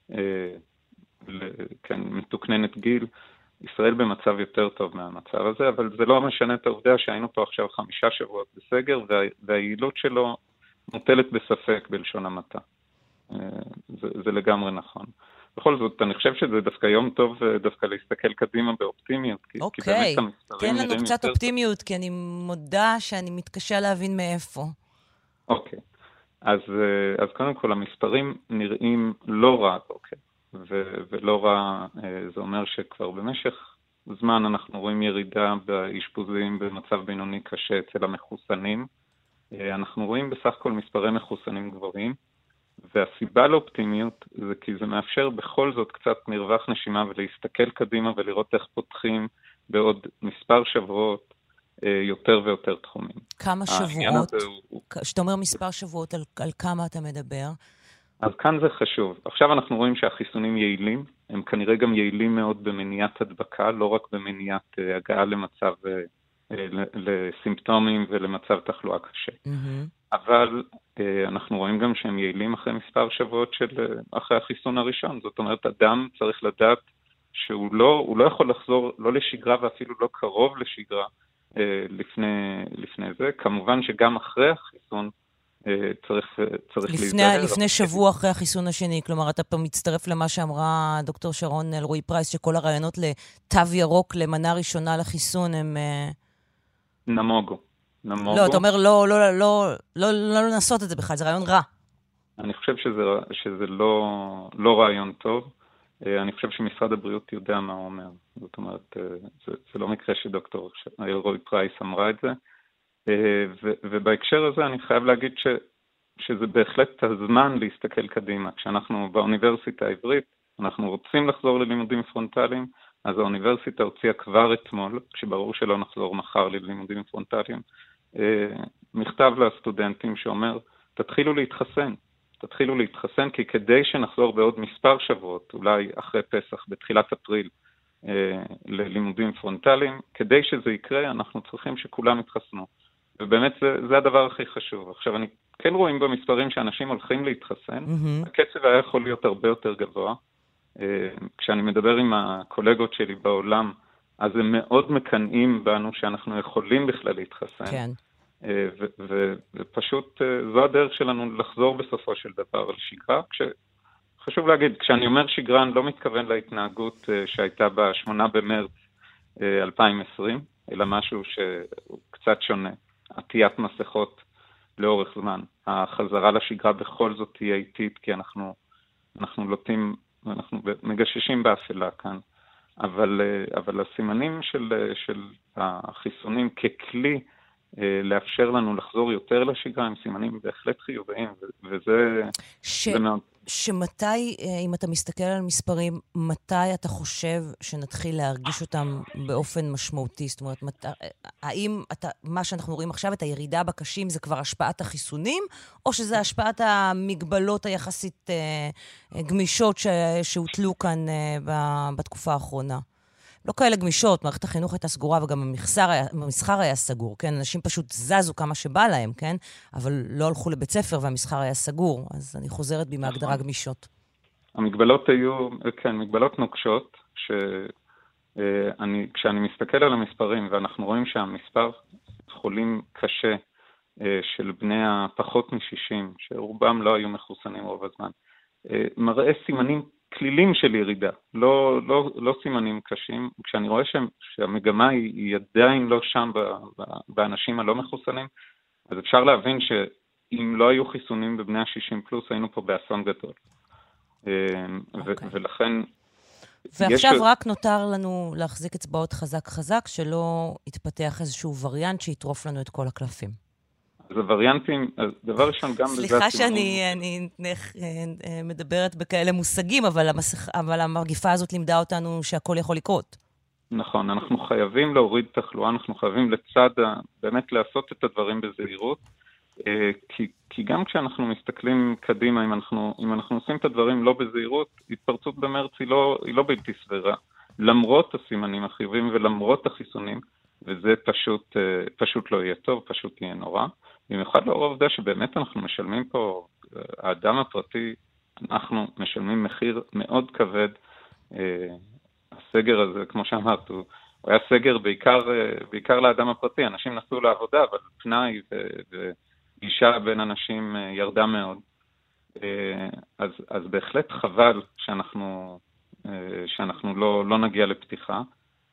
E: כן, מתוקננת גיל, ישראל במצב יותר טוב מהמצב הזה, אבל זה לא משנה את העובדה שהיינו פה עכשיו חמישה שבועות בסגר, וה- והיעילות שלו מוטלת בספק בלשון המעטה. זה, זה לגמרי נכון. בכל זאת, אני חושב שזה דווקא יום טוב דווקא להסתכל קדימה באופטימיות.
C: אוקיי, כי תן לנו קצת אופטימיות, טוב. כי אני מודה שאני מתקשה להבין מאיפה.
E: אוקיי, אז, אז קודם כל המספרים נראים לא רע, אוקיי, ו- ולא רע, זה אומר שכבר במשך זמן אנחנו רואים ירידה באשפוזים במצב בינוני קשה אצל המחוסנים. אנחנו רואים בסך הכל מספרי מחוסנים גבוהים, והסיבה לאופטימיות זה כי זה מאפשר בכל זאת קצת מרווח נשימה ולהסתכל קדימה ולראות איך פותחים בעוד מספר שבועות יותר ויותר תחומים.
C: כמה שבועות? שאתה אומר מספר שבועות, על, על כמה אתה מדבר?
E: אז כאן זה חשוב. עכשיו אנחנו רואים שהחיסונים יעילים, הם כנראה גם יעילים מאוד במניעת הדבקה, לא רק במניעת הגעה למצב, לסימפטומים ולמצב תחלואה קשה. Mm-hmm. אבל אנחנו רואים גם שהם יעילים אחרי מספר שבועות של אחרי החיסון הראשון. זאת אומרת, אדם צריך לדעת שהוא לא, הוא לא יכול לחזור לא לשגרה ואפילו לא קרוב לשגרה לפני, לפני זה. כמובן שגם אחרי החיסון צריך, צריך
C: לפני, להיזהר. לפני שבוע אחרי החיסון השני, כלומר, אתה פה מצטרף למה שאמרה דוקטור שרון אלרועי פרייס, שכל הרעיונות לתו ירוק למנה ראשונה לחיסון הם...
E: נמוגו. נמוגו.
C: לא, אתה אומר לא, לא, לא, לא, לא, לא לנסות את זה בכלל, זה רעיון רע.
E: אני חושב שזה, שזה לא, לא רעיון טוב. אני חושב שמשרד הבריאות יודע מה הוא אומר. זאת אומרת, זה, זה לא מקרה שדוקטור אלרועי פרייס אמרה את זה. ו, ובהקשר הזה אני חייב להגיד שזה בהחלט הזמן להסתכל קדימה. כשאנחנו באוניברסיטה העברית, אנחנו רוצים לחזור ללימודים פרונטליים, אז האוניברסיטה הוציאה כבר אתמול, כשברור שלא נחזור מחר ללימודים פרונטליים, מכתב לסטודנטים שאומר, תתחילו להתחסן, תתחילו להתחסן, כי כדי שנחזור בעוד מספר שבועות, אולי אחרי פסח, בתחילת אפריל, ללימודים פרונטליים, כדי שזה יקרה, אנחנו צריכים שכולם יתחסנו. ובאמת זה, זה הדבר הכי חשוב. עכשיו, אני כן רואים במספרים שאנשים הולכים להתחסן, mm-hmm. הקצב היה יכול להיות הרבה יותר גבוה. כשאני מדבר עם הקולגות שלי בעולם, אז הם מאוד מקנאים בנו שאנחנו יכולים בכלל להתחסן. כן. ו- ו- ופשוט זו הדרך שלנו לחזור בסופו של דבר לשגרה. חשוב להגיד, כשאני אומר שגרה, אני לא מתכוון להתנהגות שהייתה ב-שמונה במרץ אלפיים ועשרים, אלא משהו שהוא קצת שונה. עטיית מסכות לאורך זמן. החזרה לשגרה בכל זאת תהיה איטית, כי אנחנו, אנחנו לוטים, אנחנו מגששים באפלה כאן. אבל, אבל הסימנים של, של החיסונים ככלי לאפשר לנו לחזור יותר לשגרה, הם סימנים בהחלט חיוביים, וזה
C: ש...
E: זה מאוד...
C: שמתי, אם אתה מסתכל על מספרים, מתי אתה חושב שנתחיל להרגיש אותם באופן משמעותי? זאת אומרת, מת... האם אתה, מה שאנחנו רואים עכשיו, את הירידה בקשים, זה כבר השפעת החיסונים, או שזה השפעת המגבלות היחסית אה, גמישות ש... שהוטלו כאן אה, בתקופה האחרונה? לא כאלה גמישות, מערכת החינוך הייתה סגורה וגם המסחר היה, המסחר היה סגור, כן? אנשים פשוט זזו כמה שבא להם, כן? אבל לא הלכו לבית ספר והמסחר היה סגור, אז אני חוזרת בי מהגדרה גמישות.
E: המגבלות היו, כן, מגבלות נוקשות, שאני, כשאני מסתכל על המספרים ואנחנו רואים שהמספר חולים קשה של בני הפחות מ-שישים, שרובם לא היו מחוסנים רוב הזמן, מראה סימנים כלילים של ירידה, לא, לא, לא סימנים קשים. כשאני רואה ש, שהמגמה היא, היא עדיין לא שם ב, ב, באנשים הלא מחוסנים, אז אפשר להבין שאם לא היו חיסונים בבני ה-שישים פלוס, היינו פה באסון גדול. Okay. ו, ולכן...
C: ועכשיו יש... רק נותר לנו להחזיק אצבעות חזק חזק, שלא יתפתח איזשהו וריאנט שיטרוף לנו את כל הקלפים.
E: אז הווריאנטים, דבר ראשון גם...
C: סליחה שאני אני, אני, מדברת בכאלה מושגים, אבל, המסך, אבל המגיפה הזאת לימדה אותנו שהכל יכול לקרות.
E: נכון, אנחנו חייבים להוריד תחלואה, אנחנו חייבים לצד, באמת לעשות את הדברים בזהירות, כי, כי גם כשאנחנו מסתכלים קדימה, אם אנחנו, אם אנחנו עושים את הדברים לא בזהירות, התפרצות במרץ היא לא, היא לא בלתי סבירה, למרות הסימנים החיוביים ולמרות החיסונים, וזה פשוט, פשוט לא יהיה טוב, פשוט יהיה נורא. במיוחד לאור העובדה שבאמת אנחנו משלמים פה, האדם הפרטי, אנחנו משלמים מחיר מאוד כבד. הסגר הזה, כמו שאמרת, הוא היה סגר בעיקר, בעיקר לאדם הפרטי. אנשים נסעו לעבודה, אבל פנאי וגישה בין אנשים ירדה מאוד. אז, אז בהחלט חבל שאנחנו, שאנחנו לא, לא נגיע לפתיחה.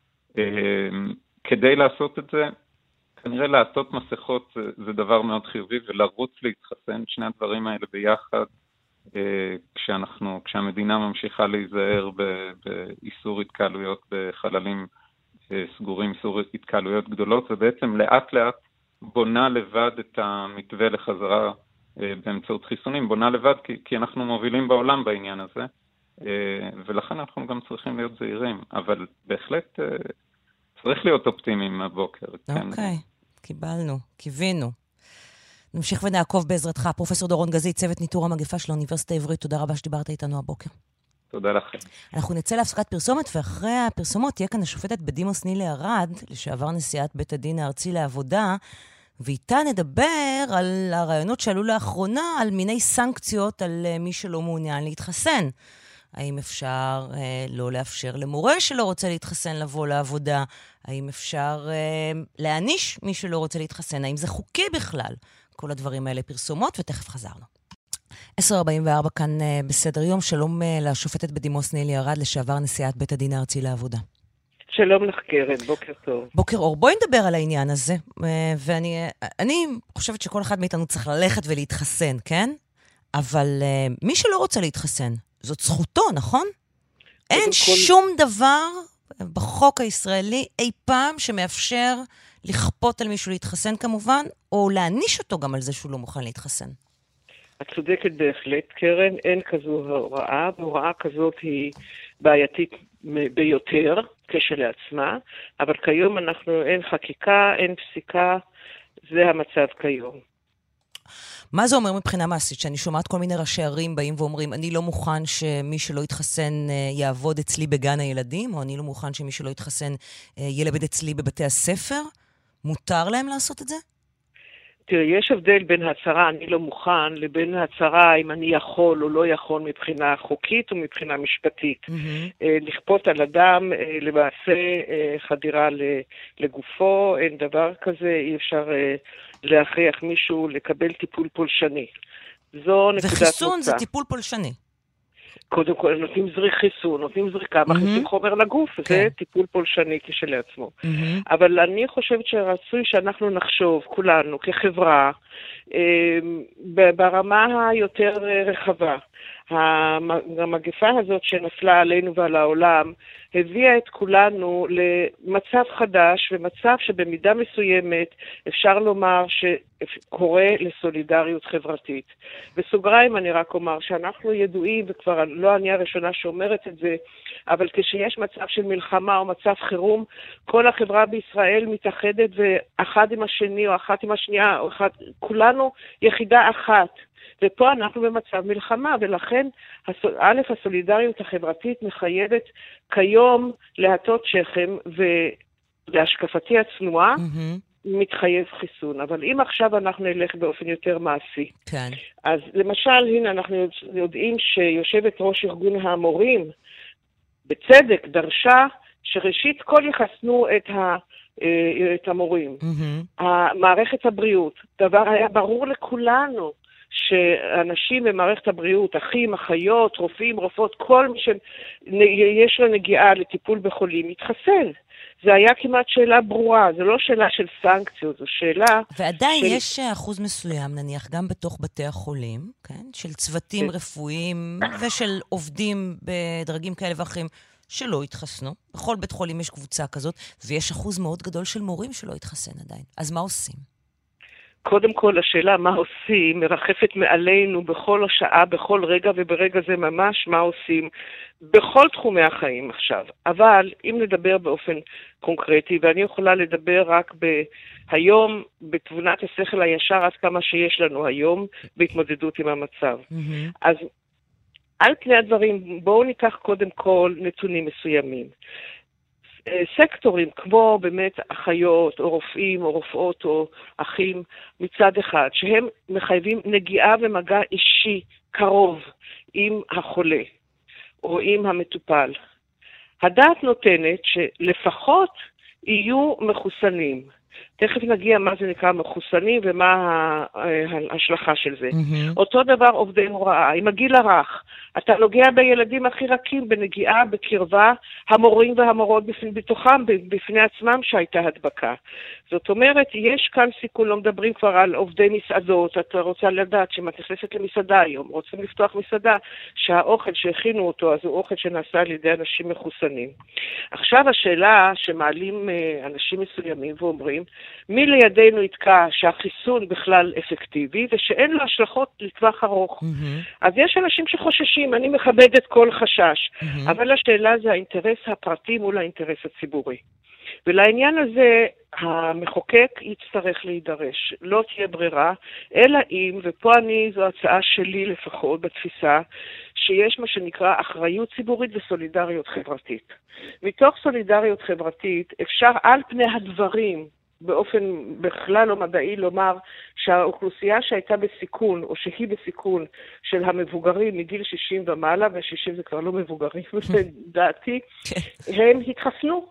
E: כדי לעשות את זה, כנראה לעשות מסכות זה, זה דבר מאוד חיובי, ולרוץ להתחסן, שני הדברים האלה ביחד, אה, כשאנחנו, כשהמדינה ממשיכה להיזהר ב, באיסור התקהלויות בחללים אה, סגורים, איסור התקהלויות גדולות, ובעצם לאט לאט בונה לבד את המתווה לחזרה אה, באמצעות חיסונים, בונה לבד כי, כי אנחנו מובילים בעולם בעניין הזה, אה, ולכן אנחנו גם צריכים להיות זהירים, אבל בהחלט... אה, צריך להיות אופטימיים הבוקר.
C: אוקיי, קיבלנו, קיווינו. נמשיך ונעקוב בעזרתך. פרופסור דורון גזית, צוות ניטור המגפה של האוניברסיטה העברית, תודה רבה שדיברת איתנו הבוקר.
E: תודה לכם.
C: אנחנו נצא להפסקת פרסומת, ואחרי הפרסומות תהיה כאן השופטת בדימוס נילי ארד, לשעבר נשיאת בית הדין הארצי לעבודה, ואיתה נדבר על הרעיונות שעלו לאחרונה, על מיני סנקציות על מי שלא מעוניין להתחסן. האם אפשר אה, לא לאפשר למורה שלא רוצה להתחסן לבוא לעבודה? האם אפשר אה, להעניש מי שלא רוצה להתחסן? האם זה חוקי בכלל? כל הדברים האלה פרסומות, ותכף חזרנו. עשר ארבעים וארבע כאן אה, בסדר יום. שלום אה, לשופטת בדימוס נילי ארד, לשעבר נשיאת בית הדין הארצי לעבודה.
F: שלום לך קרן, בוקר טוב.
C: בוקר אור. בואי נדבר על העניין הזה. אה, ואני אה, אני חושבת שכל אחד מאיתנו צריך ללכת ולהתחסן, כן? אבל אה, מי שלא רוצה להתחסן, זאת זכותו, נכון? אין כל... שום דבר בחוק הישראלי אי פעם שמאפשר לכפות על מישהו להתחסן כמובן, או להעניש אותו גם על זה שהוא לא מוכן להתחסן.
F: את צודקת בהחלט, קרן, אין כזו הוראה, והוראה כזאת היא בעייתית ביותר כשלעצמה, אבל כיום אנחנו, אין חקיקה, אין פסיקה, זה המצב כיום.
C: מה זה אומר מבחינה מעשית? שאני שומעת כל מיני ראשי ערים באים ואומרים, אני לא מוכן שמי שלא יתחסן יעבוד אצלי בגן הילדים, או אני לא מוכן שמי שלא יתחסן ילמד אצלי בבתי הספר? מותר להם לעשות את זה?
F: תראה, יש הבדל בין הצהרה אני לא מוכן, לבין הצהרה אם אני יכול או לא יכול מבחינה חוקית או מבחינה משפטית. Mm-hmm. לכפות על אדם, למעשה חדירה לגופו, אין דבר כזה, אי אפשר להכריח מישהו לקבל טיפול פולשני. זו נקודת מוצא.
C: וחיסון זה טיפול פולשני.
F: קודם כל נותנים זריק חיסון, נותנים זריקה, מכניסים mm-hmm. חומר לגוף, כן. זה טיפול פולשני כשלעצמו. Mm-hmm. אבל אני חושבת שרצוי שאנחנו נחשוב, כולנו, כחברה, אה, ברמה היותר רחבה. המגפה הזאת שנפלה עלינו ועל העולם, הביאה את כולנו למצב חדש, ומצב שבמידה מסוימת אפשר לומר שקורא לסולידריות חברתית. בסוגריים אני רק אומר שאנחנו ידועים, וכבר לא אני הראשונה שאומרת את זה, אבל כשיש מצב של מלחמה או מצב חירום, כל החברה בישראל מתאחדת ואחד עם השני או אחת עם השנייה, או אחד, כולנו יחידה אחת. ופה אנחנו במצב מלחמה, ולכן א', הסולידריות החברתית מחייבת כיום להטות שכם, ולהשקפתי הצנועה, mm-hmm. מתחייב חיסון. אבל אם עכשיו אנחנו נלך באופן יותר מעשי, כן. אז למשל, הנה אנחנו יודעים שיושבת ראש ארגון המורים, בצדק דרשה שראשית כל יחסנו את ה... את המורים. Mm-hmm. המערכת הבריאות, דבר היה ברור לכולנו, שאנשים במערכת הבריאות, אחים, אחיות, רופאים, רופאות, כל מי שיש לו נגיעה לטיפול בחולים, יתחסן. זה היה כמעט שאלה ברורה, זה לא שאלה של סנקציות, זו שאלה...
C: ועדיין
F: של...
C: יש אחוז מסוים, נניח, גם בתוך בתי החולים, כן? של צוותים כן. רפואיים ושל עובדים בדרגים כאלה ואחרים שלא התחסנו. בכל בית חולים יש קבוצה כזאת, ויש אחוז מאוד גדול של מורים שלא התחסן עדיין. אז מה עושים?
F: קודם כל, השאלה מה עושים מרחפת מעלינו בכל השעה, בכל רגע, וברגע זה ממש מה עושים בכל תחומי החיים עכשיו. אבל אם נדבר באופן קונקרטי, ואני יכולה לדבר רק היום, בתבונת השכל הישר, עד כמה שיש לנו היום, בהתמודדות עם המצב. Mm-hmm. אז על פני הדברים, בואו ניקח קודם כל נתונים מסוימים. סקטורים כמו באמת אחיות או רופאים או רופאות או אחים מצד אחד, שהם מחייבים נגיעה ומגע אישי קרוב עם החולה או עם המטופל. הדעת נותנת שלפחות יהיו מחוסנים. תכף נגיע מה זה נקרא מחוסנים ומה ההשלכה של זה. Mm-hmm. אותו דבר עובדי הוראה. עם הגיל הרך, אתה נוגע בילדים הכי רכים בנגיעה, בקרבה, המורים והמורות בפני, בתוכם, בפני עצמם שהייתה הדבקה. זאת אומרת, יש כאן סיכון, לא מדברים כבר על עובדי מסעדות, אתה רוצה לדעת שמה נכנסת למסעדה היום, רוצים לפתוח מסעדה, שהאוכל שהכינו אותו, אז הוא אוכל שנעשה על ידי אנשים מחוסנים. עכשיו השאלה שמעלים אנשים מסוימים ואומרים, מי לידינו יתקע שהחיסון בכלל אפקטיבי, ושאין לו השלכות לטווח ארוך. Mm-hmm. אז יש אנשים שחוששים, אני מכבדת כל חשש, mm-hmm. אבל השאלה זה האינטרס הפרטי מול האינטרס הציבורי. ולעניין הזה המחוקק יצטרך להידרש. לא תהיה ברירה, אלא אם, ופה אני, זו הצעה שלי לפחות בתפיסה, שיש מה שנקרא אחריות ציבורית וסולידריות חברתית. מתוך סולידריות חברתית אפשר על פני הדברים, באופן בכלל לא מדעי לומר שהאוכלוסייה שהייתה בסיכון או שהיא בסיכון של המבוגרים מגיל שישים ומעלה, ו-שישים זה כבר לא מבוגרים, לדעתי, הם התחסנו.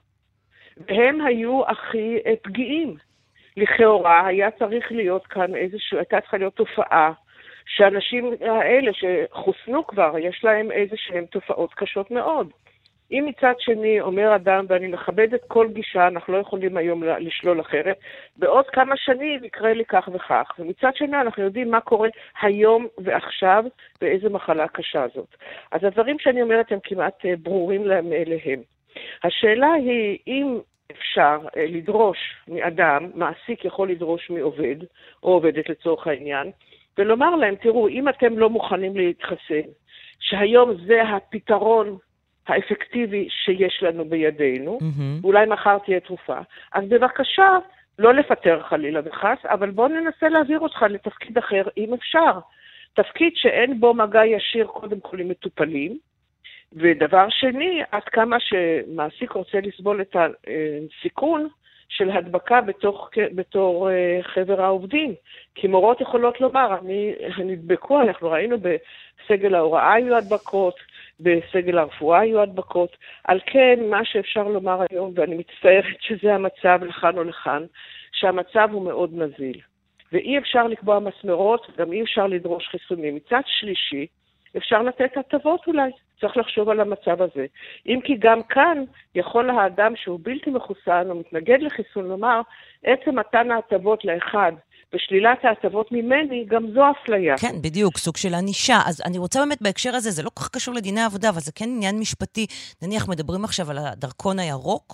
F: הם היו הכי פגיעים. לכאורה היה צריך להיות כאן איזושהי, הייתה צריכה להיות תופעה שאנשים האלה שחוסנו כבר, יש להם איזשהם תופעות קשות מאוד. אם מצד שני אומר אדם, ואני מכבד את כל גישה, אנחנו לא יכולים היום לשלול אחרת, בעוד כמה שנים יקרה לי כך וכך. ומצד שני אנחנו יודעים מה קורה היום ועכשיו, ואיזה מחלה קשה זאת. אז הדברים שאני אומרת הם כמעט ברורים להם אליהם. השאלה היא, אם אפשר לדרוש מאדם, מעסיק יכול לדרוש מעובד, או עובדת לצורך העניין, ולומר להם, תראו, אם אתם לא מוכנים להתחסן, שהיום זה הפתרון האפקטיבי שיש לנו בידינו, mm-hmm. אולי מחר תהיה תרופה, אז בבקשה, לא לפטר חלילה וחס, אבל בואו ננסה להעביר אותך לתפקיד אחר, אם אפשר. תפקיד שאין בו מגע ישיר קודם כל עם מטופלים, ודבר שני, עד כמה שמעסיק רוצה לסבול את הסיכון של הדבקה בתוך, בתור חבר העובדים. כי מורות יכולות לומר, אני נדבקו, אנחנו ראינו בסגל ההוראה היו הדבקות, בסגל הרפואה היו הדבקות. על כן, מה שאפשר לומר היום, ואני מצטערת שזה המצב לכאן או לכאן, שהמצב הוא מאוד נזיל. ואי אפשר לקבוע מסמרות, גם אי אפשר לדרוש חיסונים. מצד שלישי, אפשר לתת הטבות אולי. צריך לחשוב על המצב הזה. אם כי גם כאן יכול האדם שהוא בלתי מחוסן או מתנגד לחיסון לומר, עצם מתן ההטבות לאחד ושלילת ההטבות ממני, גם זו אפליה.
C: כן, בדיוק, סוג של ענישה. אז אני רוצה באמת בהקשר הזה, זה לא כל כך קשור לדיני העבודה, אבל זה כן עניין משפטי. נניח מדברים עכשיו על הדרכון הירוק,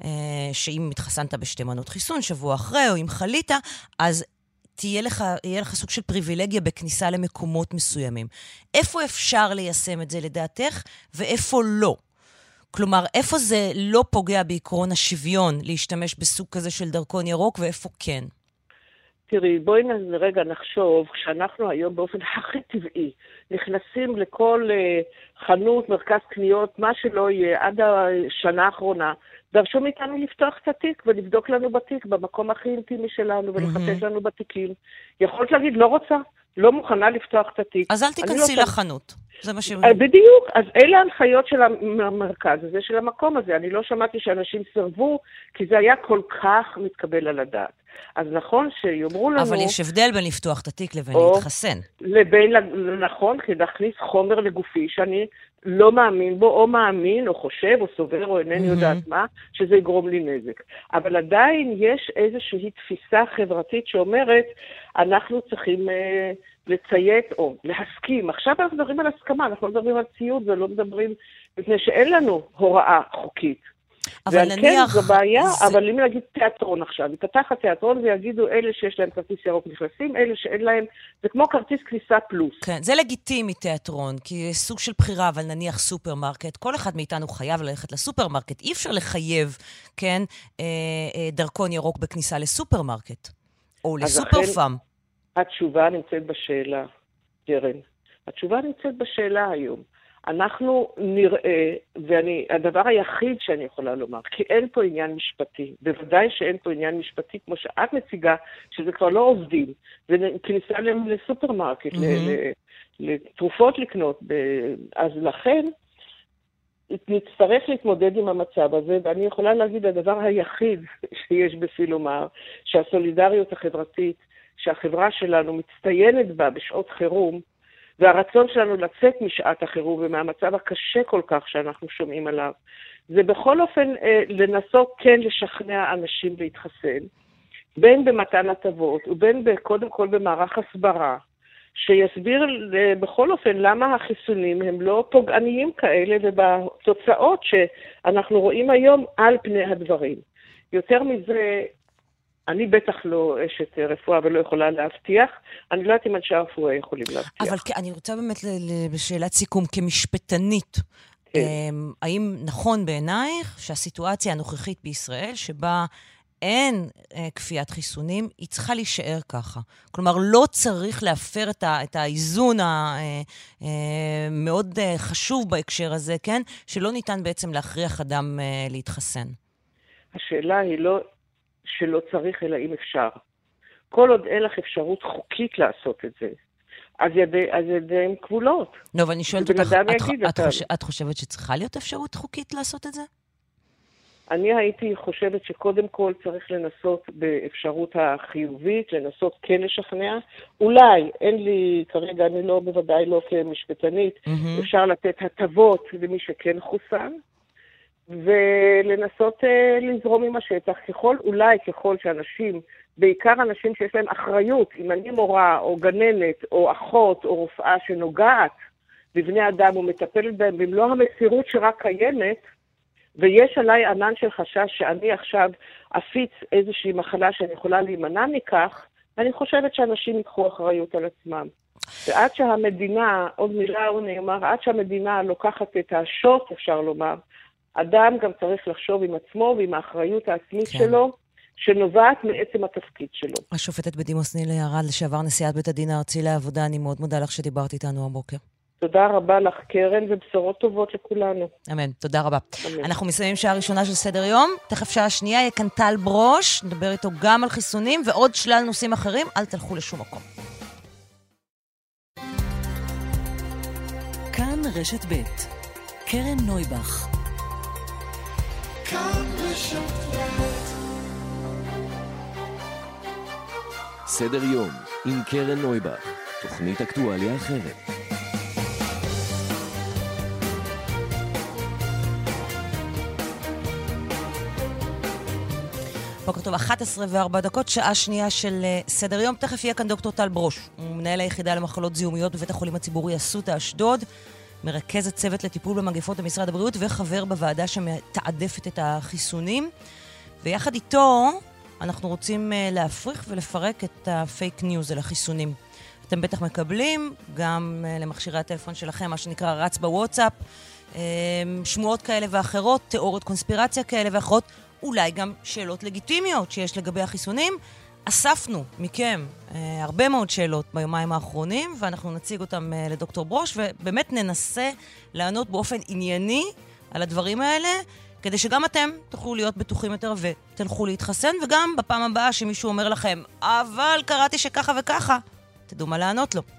C: שאם התחסנת בשתי מנות חיסון, שבוע אחרי, או אם חלית, אז תהיה לך, יהיה לך סוג של פריבילגיה בכניסה למקומות מסוימים. איפה אפשר ליישם את זה לדעתך, ואיפה לא? כלומר, איפה זה לא פוגע בעקרון השוויון להשתמש בסוג כזה של דרכון ירוק, ואיפה כן?
F: תראי, בואי רגע נחשוב, כשאנחנו היום באופן הכי טבעי, נכנסים לכל uh, חנות, מרכז קניות, מה שלא יהיה, עד השנה האחרונה, דרשו מאיתנו לפתוח את התיק ולבדוק לנו בתיק, במקום הכי אינטימי שלנו, ולחטט לנו בתיקים. יכולת להגיד, לא רוצה, לא מוכנה לפתוח את התיק.
C: אז אל תיכנסי
F: לא
C: לחנות. זה מה ש...
F: בדיוק, אז אלה ההנחיות של המרכז הזה, של המקום הזה. אני לא שמעתי שאנשים סרבו, כי זה היה כל כך מתקבל על הדעת. אז נכון שיאמרו לנו...
C: אבל יש הבדל בין לפתוח את התיק לבין להתחסן.
F: לבין, נכון, כי להכניס חומר לגופי שאני לא מאמין בו, או מאמין, או חושב, או סובר, או אינני יודעת מה, שזה יגרום לי נזק. אבל עדיין יש איזושהי תפיסה חברתית שאומרת, אנחנו צריכים אה, לציית או להסכים. עכשיו אנחנו מדברים על הסכמה, אנחנו לא מדברים על ציוד, ולא מדברים, מפני שאין לנו הוראה חוקית. אבל נניח... כן, זו בעיה, זה... אבל אם נגיד תיאטרון עכשיו, יפתח התיאטרון ויגידו אלה שיש להם כרטיס ירוק נכנסים, אלה שאין להם, זה כמו כרטיס כניסה פלוס.
C: כן, זה לגיטימי תיאטרון, כי סוג של בחירה, אבל נניח סופרמרקט, כל אחד מאיתנו חייב ללכת לסופרמרקט, אי אפשר לחייב, כן, אה, אה, דרכון ירוק בכניסה לסופרמרקט, או לסופרפאם.
F: התשובה נמצאת בשאלה, קרן. התשובה נמצאת בשאלה היום. אנחנו נראה, ואני, הדבר היחיד שאני יכולה לומר, כי אין פה עניין משפטי, בוודאי שאין פה עניין משפטי, כמו שאת מציגה, שזה כבר לא עובדים, זה כניסה לסופרמרקט, mm-hmm. לתרופות לקנות, אז לכן נצטרך להתמודד עם המצב הזה, ואני יכולה להגיד, הדבר היחיד שיש בפי לומר, שהסולידריות החברתית, שהחברה שלנו מצטיינת בה בשעות חירום, והרצון שלנו לצאת משעת החירום ומהמצב הקשה כל כך שאנחנו שומעים עליו, זה בכל אופן אה, לנסות כן לשכנע אנשים להתחסן, בין במתן הטבות ובין קודם כל במערך הסברה, שיסביר אה, בכל אופן למה החיסונים הם לא פוגעניים כאלה ובתוצאות שאנחנו רואים היום על פני הדברים. יותר מזה, אני בטח לא אשת רפואה ולא יכולה להבטיח. אני לא יודעת אם אנשי הרפואה יכולים להבטיח.
C: אבל אני רוצה באמת בשאלת סיכום, כמשפטנית, כן. האם נכון בעינייך שהסיטואציה הנוכחית בישראל, שבה אין כפיית חיסונים, היא צריכה להישאר ככה? כלומר, לא צריך להפר את, ה, את האיזון המאוד חשוב בהקשר הזה, כן? שלא ניתן בעצם להכריח אדם להתחסן.
F: השאלה היא לא... שלא צריך, אלא אם אפשר. כל עוד אין לך אפשרות חוקית לעשות את זה, אז ידיהם כבולות.
C: לא, אבל אני שואלת אותך, את, את, חושב, את חושבת שצריכה להיות אפשרות חוקית לעשות את זה?
F: אני הייתי חושבת שקודם כל צריך לנסות באפשרות החיובית, לנסות כן לשכנע. אולי, אין לי, כרגע אני לא, בוודאי לא כמשפטנית, mm-hmm. אפשר לתת הטבות למי שכן חוסן, ולנסות uh, לזרום עם השטח, ככל, אולי ככל שאנשים, בעיקר אנשים שיש להם אחריות, אם אני מורה או גננת או אחות או רופאה שנוגעת בבני אדם ומטפלת בהם במלוא המסירות שרק קיימת, ויש עליי ענן של חשש שאני עכשיו אפיץ איזושהי מחלה שאני יכולה להימנע מכך, אני חושבת שאנשים ייקחו אחריות על עצמם. ועד שהמדינה, עוד מילה הוא נאמר, עד שהמדינה לוקחת את השוט, אפשר לומר, אדם גם צריך לחשוב עם עצמו ועם האחריות העצמית כן. שלו, שנובעת מעצם התפקיד שלו.
C: השופטת בדימוס נילי ארד, לשעבר נשיאת בית הדין הארצי לעבודה, אני מאוד מודה לך שדיברת איתנו הבוקר.
F: תודה רבה לך קרן, ובשורות טובות לכולנו.
C: אמן, תודה רבה.
F: אמן.
C: אנחנו מסיימים שעה ראשונה של סדר יום, תכף שעה שנייה יהיה כאן טל ברוש, נדבר איתו גם על חיסונים ועוד שלל נושאים אחרים, אל תלכו לשום מקום.
A: כאן רשת ב' קרן נויבך. כאן רשת ב'
B: סדר יום עם קרן נויבך, תוכנית אקטואליה אחרת.
C: בוקר טוב, אחת עשרה וארבע דקות, שעה שנייה של סדר יום. תכף יהיה כאן דוקטור טל ברוש, הוא מנהל היחידה למחלות זיהומיות בבית החולים הציבורי אסותא אשדוד, מרכז הצוות לטיפול במגפות במשרד הבריאות וחבר בוועדה שמתעדפת את החיסונים. ויחד איתו אנחנו רוצים להפריך ולפרק את הפייק ניוז על החיסונים. אתם בטח מקבלים גם למכשירי הטלפון שלכם, מה שנקרא רץ בוואטסאפ, שמועות כאלה ואחרות, תיאוריות קונספירציה כאלה ואחרות, אולי גם שאלות לגיטימיות שיש לגבי החיסונים. אספנו מכם אה, הרבה מאוד שאלות ביומיים האחרונים, ואנחנו נציג אותם אה, לדוקטור ברוש, ובאמת ננסה לענות באופן ענייני על הדברים האלה, כדי שגם אתם תוכלו להיות בטוחים יותר ותלכו להתחסן, וגם בפעם הבאה שמישהו אומר לכם, אבל קראתי שככה וככה, תדעו מה לענות לו.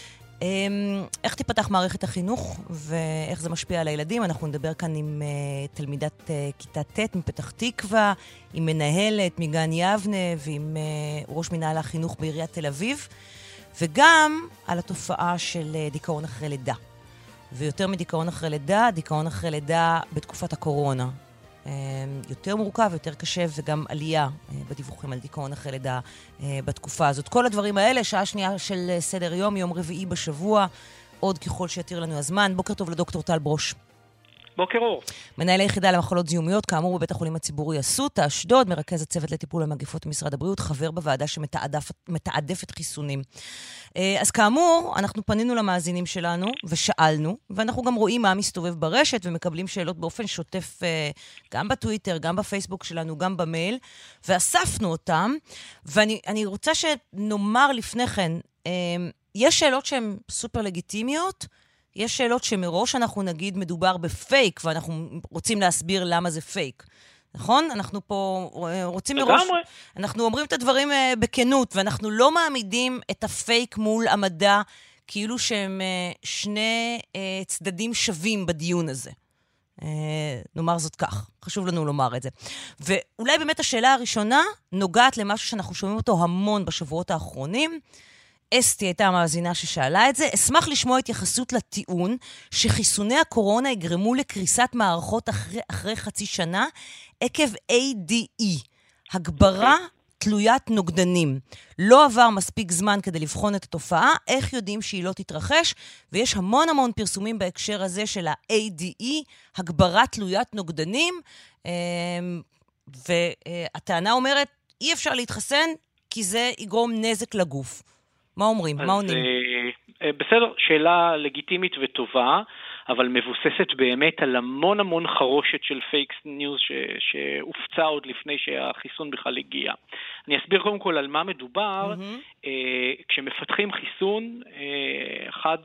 C: איך תיפתח מערכת החינוך ואיך זה משפיע על הילדים? אנחנו נדבר כאן עם uh, תלמידת uh, כיתה ט' מפתח תקווה, עם מנהלת מגן יבנה ועם uh, ראש מנהל החינוך בעיריית תל אביב, וגם על התופעה של uh, דיכאון אחרי לידה. ויותר מדיכאון אחרי לידה, דיכאון אחרי לידה בתקופת הקורונה. Uh, יותר מורכב, יותר קשה, וגם עלייה uh, בדיווחים על דיכאון אחרי לידה uh, בתקופה הזאת. כל הדברים האלה, שעה שנייה של uh, סדר יום, יום רביעי בשבוע, עוד ככל שיתיר לנו הזמן. בוקר טוב לדוקטור טל ברוש.
G: בוקר אור.
C: מנהל היחידה למחלות זיהומיות, כאמור בבית החולים הציבורי אסותא אשדוד, מרכז הצוות לטיפול במגפות במשרד הבריאות, חבר בוועדה שמתעדפת חיסונים. אז כאמור, אנחנו פנינו למאזינים שלנו ושאלנו, ואנחנו גם רואים מה מסתובב ברשת ומקבלים שאלות באופן שוטף גם בטוויטר, גם בפייסבוק שלנו, גם במייל, ואספנו אותם, ואני אני רוצה שנאמר לפני כן, יש שאלות שהן סופר לגיטימיות, יש שאלות שמראש אנחנו נגיד מדובר בפייק, ואנחנו רוצים להסביר למה זה פייק. נכון? אנחנו פה רוצים מראש, אנחנו אומרים את הדברים בכנות, ואנחנו לא מעמידים את הפייק מול המדע, כאילו שהם שני צדדים שווים בדיון הזה. נאמר זאת כך, חשוב לנו לומר את זה. ואולי באמת השאלה הראשונה נוגעת למשהו שאנחנו שומעים אותו המון בשבועות האחרונים. אסתי הייתה המאזינה ששאלה את זה. אשמח לשמוע התייחסות לטיעון שחיסוני הקורונה יגרמו לקריסת מערכות אחרי, אחרי חצי שנה עקב איי די אי, הגברה תלוית נוגדנים. לא עבר מספיק זמן כדי לבחון את התופעה, איך יודעים שהיא לא תתרחש, ויש המון המון פרסומים בהקשר הזה של ה-איי די אי, הגברה תלוית נוגדנים, והטענה אומרת, אי אפשר להתחסן כי זה יגרום נזק לגוף. מה אומרים? מה עונים?
G: בסדר, שאלה לגיטימית וטובה, אבל מבוססת באמת על המון המון חרושת של פייק ניוז שהופצה עוד לפני שהחיסון בכלל הגיע. אני אסביר קודם כל על מה מדובר. Mm-hmm. כשמפתחים חיסון, אחד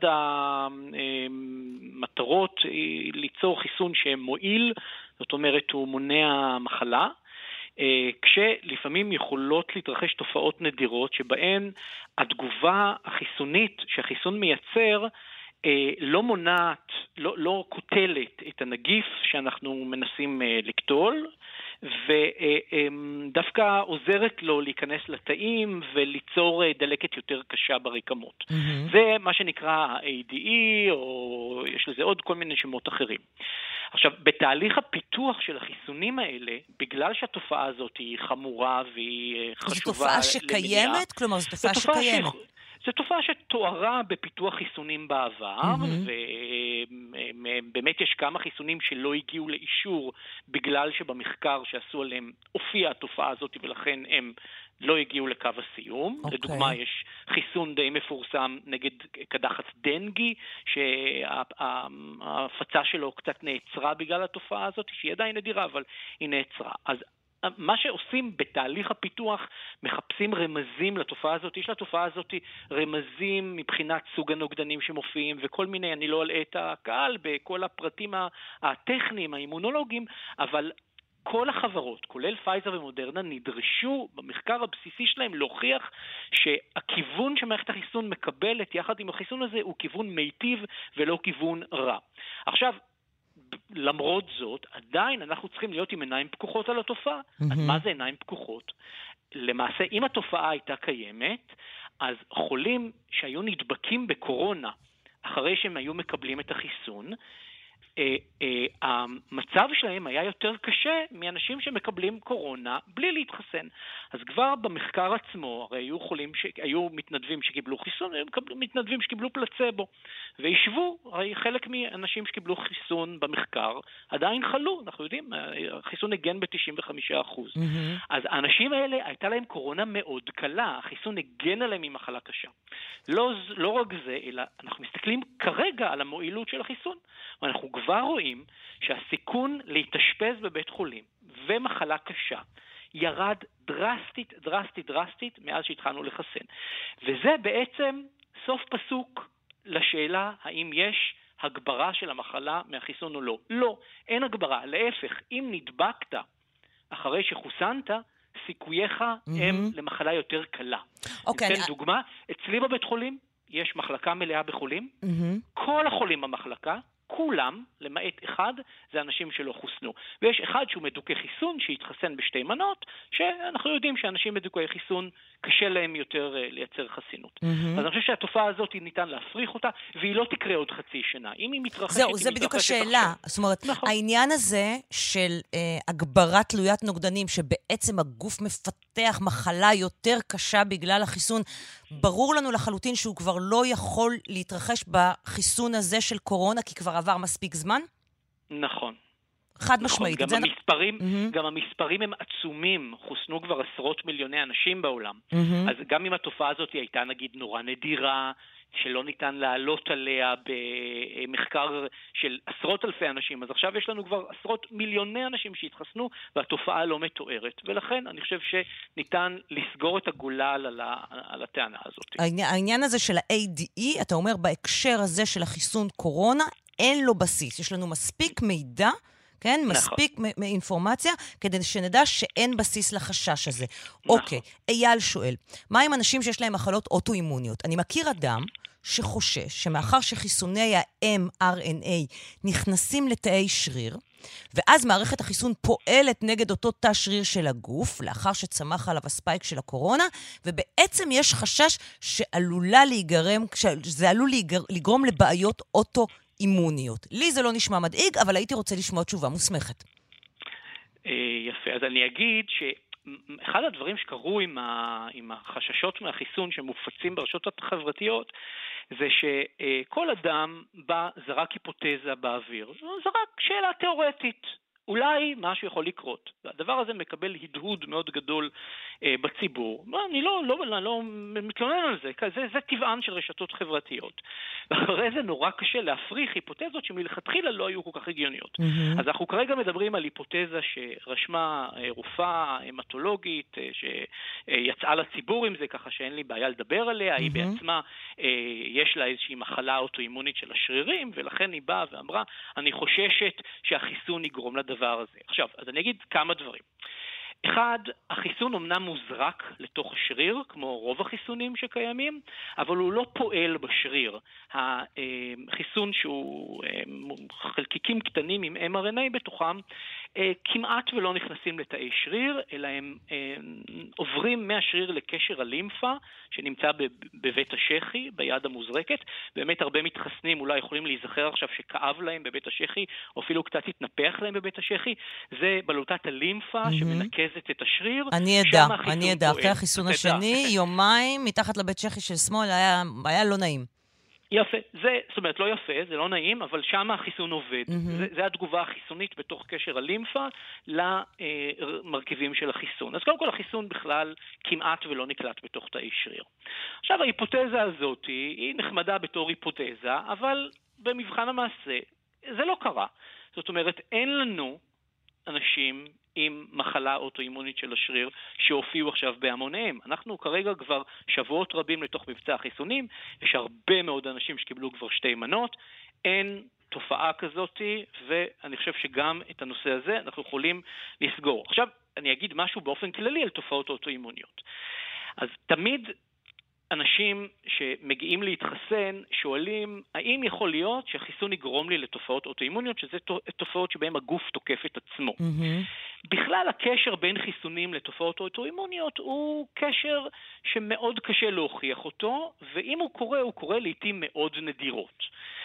G: המטרות היא ליצור חיסון שמועיל, זאת אומרת הוא מונע מחלה, כשלפעמים יכולות להתרחש תופעות נדירות שבהן התגובה החיסונית שהחיסון מייצר לא מונעת, לא, לא קוטלת את הנגיף שאנחנו מנסים לקטול, ודווקא עוזרת לו להיכנס לתאים וליצור דלקת יותר קשה ברקמות. Mm-hmm. זה מה שנקרא ה-איי די אי, או יש לזה עוד כל מיני שמות אחרים. עכשיו, בתהליך הפיתוח של החיסונים האלה, בגלל שהתופעה הזאת היא חמורה והיא חשובה למניעה... זו תופעה
C: שקיימת? כלומר, זו תופעה שקיימת.
G: זו תופעה שתוארה בפיתוח חיסונים בעבר, mm-hmm. ובאמת יש כמה חיסונים שלא הגיעו לאישור, בגלל שבמחקר שעשו עליהם הופיעה התופעה הזאת, ולכן הם לא הגיעו לקו הסיום.
C: Okay.
G: לדוגמה, יש חיסון די מפורסם נגד קדחת דנגי, שההפצה שלו קצת נעצרה בגלל התופעה הזאת, שהיא עדיין נדירה, אבל היא נעצרה. אז מה שעושים בתהליך הפיתוח, מחפשים רמזים לתופעה הזאת. יש לתופעה הזאת רמזים מבחינת סוג הנוגדנים שמופיעים, וכל מיני, אני לא אלאה את הקהל בכל הפרטים הטכניים, האימונולוגיים, אבל כל החברות, כולל פייזר ומודרנה, נדרשו במחקר הבסיסי שלהם להוכיח שהכיוון שמערכת החיסון מקבלת יחד עם החיסון הזה הוא כיוון מיטיב ולא כיוון רע. עכשיו, למרות זאת, עדיין אנחנו צריכים להיות עם עיניים פקוחות על התופעה. Mm-hmm. אז מה זה עיניים פקוחות? למעשה, אם התופעה הייתה קיימת, אז חולים שהיו נדבקים בקורונה אחרי שהם היו מקבלים את החיסון, אה, אה, המצב שלהם היה יותר קשה מאנשים שמקבלים קורונה בלי להתחסן. אז כבר במחקר עצמו, הרי היו חולים, ש... היו מתנדבים שקיבלו חיסון, היו מתנדבים שקיבלו פלצבו, וישבו, הרי חלק מאנשים שקיבלו חיסון במחקר עדיין חלו, אנחנו יודעים, החיסון הגן ב-תשעים וחמישה אחוז. Mm-hmm. אז האנשים האלה, הייתה להם קורונה מאוד קלה, החיסון הגן עליהם ממחלה קשה. לא, לא רק זה, אלא אנחנו מסתכלים כרגע על המועילות של החיסון, ואנחנו כבר רואים שהסיכון להתאשפז בבית חולים ומחלה קשה ירד דרסטית, דרסטית, דרסטית מאז שהתחלנו לחסן. וזה בעצם סוף פסוק לשאלה האם יש הגברה של המחלה מהחיסון או לא. לא, אין הגברה. להפך, אם נדבקת אחרי שחוסנת, סיכוייך mm-hmm. הם למחלה יותר קלה. אוקיי. Okay, ניתן אני... דוגמה, אצלי בבית חולים יש מחלקה מלאה בחולים. Mm-hmm. כל החולים במחלקה, כולם, למעט אחד, זה אנשים שלא חוסנו. ויש אחד שהוא מדוכא חיסון, שהתחסן בשתי מנות, שאנחנו יודעים שאנשים מדוכאי חיסון, קשה להם יותר uh, לייצר חסינות. Mm-hmm. אז אני חושב שהתופעה הזאת ניתן להפריך אותה, והיא לא תקרה עוד חצי שנה. אם היא מתרחשת,
C: זהו, זה בדיוק השאלה. זאת אומרת, נכון. העניין הזה של uh, הגברת תלוית נוגדנים, שבעצם הגוף מפתח מחלה יותר קשה בגלל החיסון, ברור לנו לחלוטין שהוא כבר לא יכול להתרחש בחיסון הזה של קורונה, כי כבר עבר מספיק זמן?
G: נכון.
C: חד משמעית.
G: גם, המספרים, mm-hmm. גם המספרים הם עצומים, חוסנו כבר עשרות מיליוני אנשים בעולם. Mm-hmm. אז גם אם התופעה הזאת הייתה נגיד נורא נדירה, שלא ניתן לעלות עליה במחקר של עשרות אלפי אנשים, אז עכשיו יש לנו כבר עשרות מיליוני אנשים שהתחסנו, והתופעה לא מתוארת. ולכן אני חושב שניתן לסגור את הגולל על, ה, על הטענה הזאת.
C: העניין, העניין הזה של ה-איי די אי, אתה אומר בהקשר הזה של החיסון קורונה, אין לו בסיס. יש לנו מספיק מידע, כן? נכון. מספיק מאינפורמציה, כדי שנדע שאין בסיס לחשש הזה. נכון. אוקיי, אייל שואל, מה עם אנשים שיש להם מחלות אוטואימוניות? אני מכיר אדם שחושש שמאחר שחיסוני ה-אם אר אן איי נכנסים לתאי שריר, ואז מערכת החיסון פועלת נגד אותו תא שריר של הגוף, לאחר שצמח עליו הספייק של הקורונה, ובעצם יש חשש שעלולה להיגרם, שזה עלול לגרום לבעיות אוטואימוניות. לי זה לא נשמע מדאיג, אבל הייתי רוצה לשמוע תשובה מוסמכת.
G: יפה, אז אני אגיד ש... אחד הדברים שקרו עם, ה, עם החששות מהחיסון שמופצים ברשתות החברתיות, זה שכל אדם בא, זרק היפותזה באוויר. זרק שאלה תיאורטית. אולי משהו יכול לקרות. והדבר הזה מקבל הדהוד מאוד גדול אה, בציבור. אני לא, לא, לא, לא מתלונן על זה. זה, זה טבען של רשתות חברתיות. ואחרי זה נורא קשה להפריך היפותזות שמלכתחילה לא היו כל כך הגיוניות. Mm-hmm. אז אנחנו כרגע מדברים על היפותזה שרשמה אה, רופאה המטולוגית, אה, שיצאה לציבור עם זה, ככה שאין לי בעיה לדבר עליה. Mm-hmm. היא בעצמה, אה, יש לה איזושהי מחלה אוטואימונית של השרירים, ולכן היא באה ואמרה, אני חוששת שהחיסון יגרום לדבר הזה. עכשיו, אז אני אגיד כמה דברים. אחד, החיסון אמנם מוזרק לתוך השריר, כמו רוב החיסונים שקיימים, אבל הוא לא פועל בשריר. החיסון שהוא חלקיקים קטנים עם אם אר אן איי בתוכם, כמעט ולא נכנסים לתאי שריר, אלא הם עוברים מהשריר לקשר הלימפה, שנמצא בבית השחי, ביד המוזרקת. באמת הרבה מתחסנים אולי יכולים להיזכר עכשיו שכאב להם בבית השחי, או אפילו קצת התנפח להם בבית השחי. זה בלוטת הלימפה mm-hmm. שמנקזת את השריר.
C: אני ידע, אני ידע. אחרי החיסון השני, יומיים, מתחת לבית שחי של שמאל, היה, היה לא נעים.
G: יפה, זה, זאת אומרת, לא יפה, זה לא נעים, אבל שם החיסון עובד. Mm-hmm. זה, זה התגובה החיסונית בתוך קשר הלימפה למרכיבים של החיסון. אז קודם כל, החיסון בכלל כמעט ולא נקלט בתוך תאי שריר. עכשיו, ההיפותזה הזאת היא נחמדה בתור היפותזה, אבל במבחן המעשה זה לא קרה. זאת אומרת, אין לנו אנשים עם מחלה אוטואימונית של השריר שהופיעו עכשיו בהמוניהם. אנחנו כרגע כבר שבועות רבים לתוך מבצע החיסונים, יש הרבה מאוד אנשים שקיבלו כבר שתי מנות, אין תופעה כזאת, ואני חושב שגם את הנושא הזה אנחנו יכולים לסגור. עכשיו, אני אגיד משהו באופן כללי על תופעות אוטואימוניות. אז תמיד אנשים שמגיעים להתחסן שואלים, האם יכול להיות שהחיסון יגרום לי לתופעות אוטואימוניות, שזה תופעות שבהן הגוף תוקף את עצמו. Mm-hmm. בכלל הקשר בין חיסונים לתופעות אוטואימוניות הוא קשר שמאוד קשה להוכיח אותו, ואם הוא קורה, הוא קורה לעתים מאוד נדירות.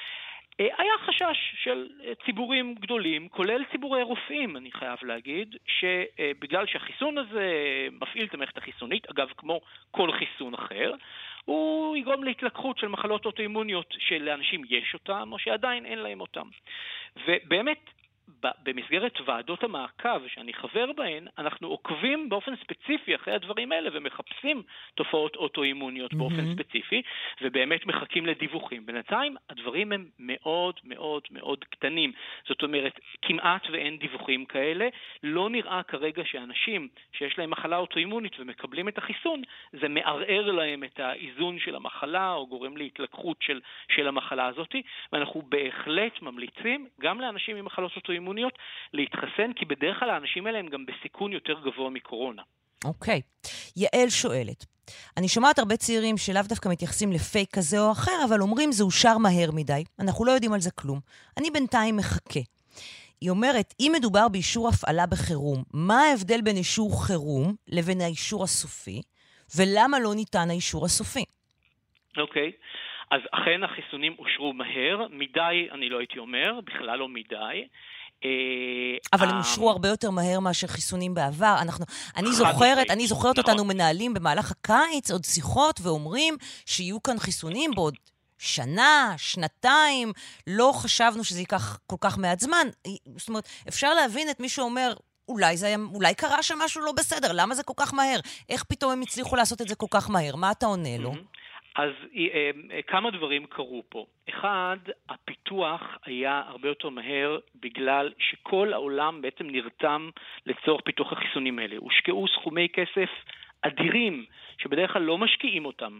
G: היה חשש של ציבורים גדולים, כולל ציבורי רופאים, אני חייב להגיד, שבגלל שהחיסון הזה מפעיל את המערכת החיסונית, אגב, כמו כל חיסון אחר, הוא יגרום להתלקחות של מחלות אוטואימוניות שלאנשים יש אותם, או שעדיין אין להם אותם. ובאמת, במסגרת ועדות המעקב שאני חבר בהן, אנחנו עוקבים באופן ספציפי אחרי הדברים האלה ומחפשים תופעות אוטואימוניות mm-hmm. באופן ספציפי, ובאמת מחכים לדיווחים. בינתיים הדברים הם מאוד מאוד מאוד קטנים. זאת אומרת, כמעט ואין דיווחים כאלה. לא נראה כרגע שאנשים שיש להם מחלה אוטואימונית ומקבלים את החיסון, זה מערער להם את האיזון של המחלה או גורם להתלקחות של, של המחלה הזאת, ואנחנו בהחלט ממליצים גם לאנשים עם מחלות אוטואימוניות אימוניות להתחסן, כי בדרך כלל האנשים האלה הם גם בסיכון יותר גבוה מקורונה.
C: אוקיי. יעל שואלת, אני שומעת הרבה צעירים שלאו דווקא מתייחסים לפייק כזה או אחר, אבל אומרים זה אושר מהר מדי, אנחנו לא יודעים על זה כלום. אני בינתיים מחכה. היא אומרת, אם מדובר באישור הפעלה בחירום, מה ההבדל בין אישור חירום לבין האישור הסופי, ולמה לא ניתן האישור הסופי?
G: אוקיי. אז אכן החיסונים אושרו מהר, מדי אני לא הייתי אומר, בכלל לא מדי.
C: אבל הם אושרו הרבה יותר מהר מאשר חיסונים בעבר. אנחנו, אני זוכרת, אני זוכרת אותנו מנהלים במהלך הקיץ עוד שיחות ואומרים שיהיו כאן חיסונים בעוד שנה, שנתיים, לא חשבנו שזה ייקח כל כך מעט זמן. זאת אומרת, אפשר להבין את מי שאומר, אולי זה, אולי קרה שמשהו לא בסדר, למה זה כל כך מהר? איך פתאום הם הצליחו לעשות את זה כל כך מהר? מה אתה עונה לו?
G: אז כמה דברים קרו פה. אחד, הפיתוח היה הרבה יותר מהר בגלל שכל העולם בעצם נרתם לצורך פיתוח החיסונים האלה. הושקעו סכומי כסף אדירים שבדרך כלל לא משקיעים אותם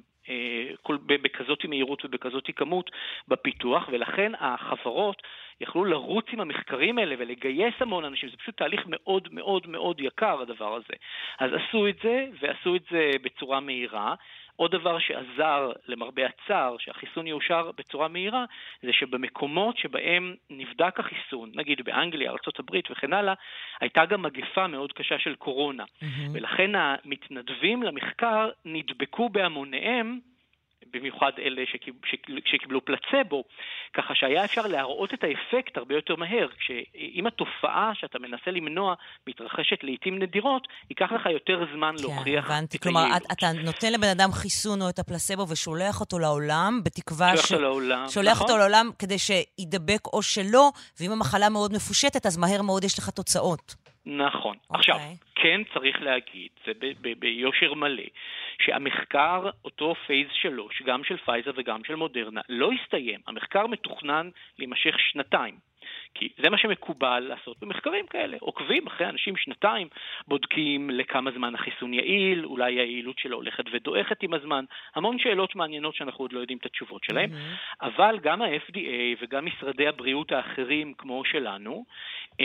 G: בכזאת מהירות ובכזאת כמות בפיתוח, ולכן החברות יכלו לרוץ עם המחקרים האלה ולגייס המון אנשים. זה פשוט תהליך מאוד מאוד מאוד יקר הדבר הזה. אז עשו את זה, ועשו את זה בצורה מהירה. עוד דבר שעזר למרבה הצער שהחיסון יאושר בצורה מהירה, זה שבמקומות שבהם נבדק החיסון, נגיד באנגליה, ארצות הברית וכן הלאה, הייתה גם מגפה מאוד קשה של קורונה. Mm-hmm. ולכן המתנדבים למחקר נדבקו בהמוניהם, במיוחד אלה שקיבלו, שקיבלו פלצבו, ככה שהיה אפשר להראות את האפקט הרבה יותר מהר, כשאם התופעה שאתה מנסה למנוע מתרחשת לעתים נדירות, ייקח לך יותר זמן כן, להוכיח
C: הבנתי.
G: את
C: כלומר,
G: היעילות.
C: אתה נותן לבן אדם חיסון או את הפלצבו ושולח אותו לעולם, בתקווה
G: ש... לעולם,
C: שולח
G: נכון?
C: אותו לעולם כדי שידבק או שלא, ואם המחלה מאוד מפושטת, אז מהר מאוד יש לך תוצאות.
G: נכון. Okay. עכשיו, כן צריך להגיד, זה ב- ב- ביושר מלא, שהמחקר, אותו פייז שלוש, גם של פייזר וגם של מודרנה, לא הסתיים. המחקר מתוכנן להימשך שנתיים. כי זה מה שמקובל לעשות במחקרים כאלה. עוקבים אחרי אנשים שנתיים, בודקים לכמה זמן החיסון יעיל, אולי היעילות שלו הולכת ודועכת עם הזמן, המון שאלות מעניינות שאנחנו עוד לא יודעים את התשובות שלהם, mm-hmm. אבל גם ה-אף די איי וגם משרדי הבריאות האחרים כמו שלנו, אה,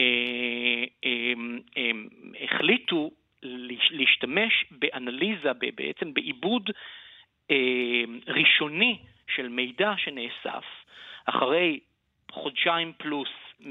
G: אה, אה, החליטו להשתמש באנליזה, בעצם בעיבוד אה, ראשוני של מידע שנאסף, אחרי חודשיים פלוס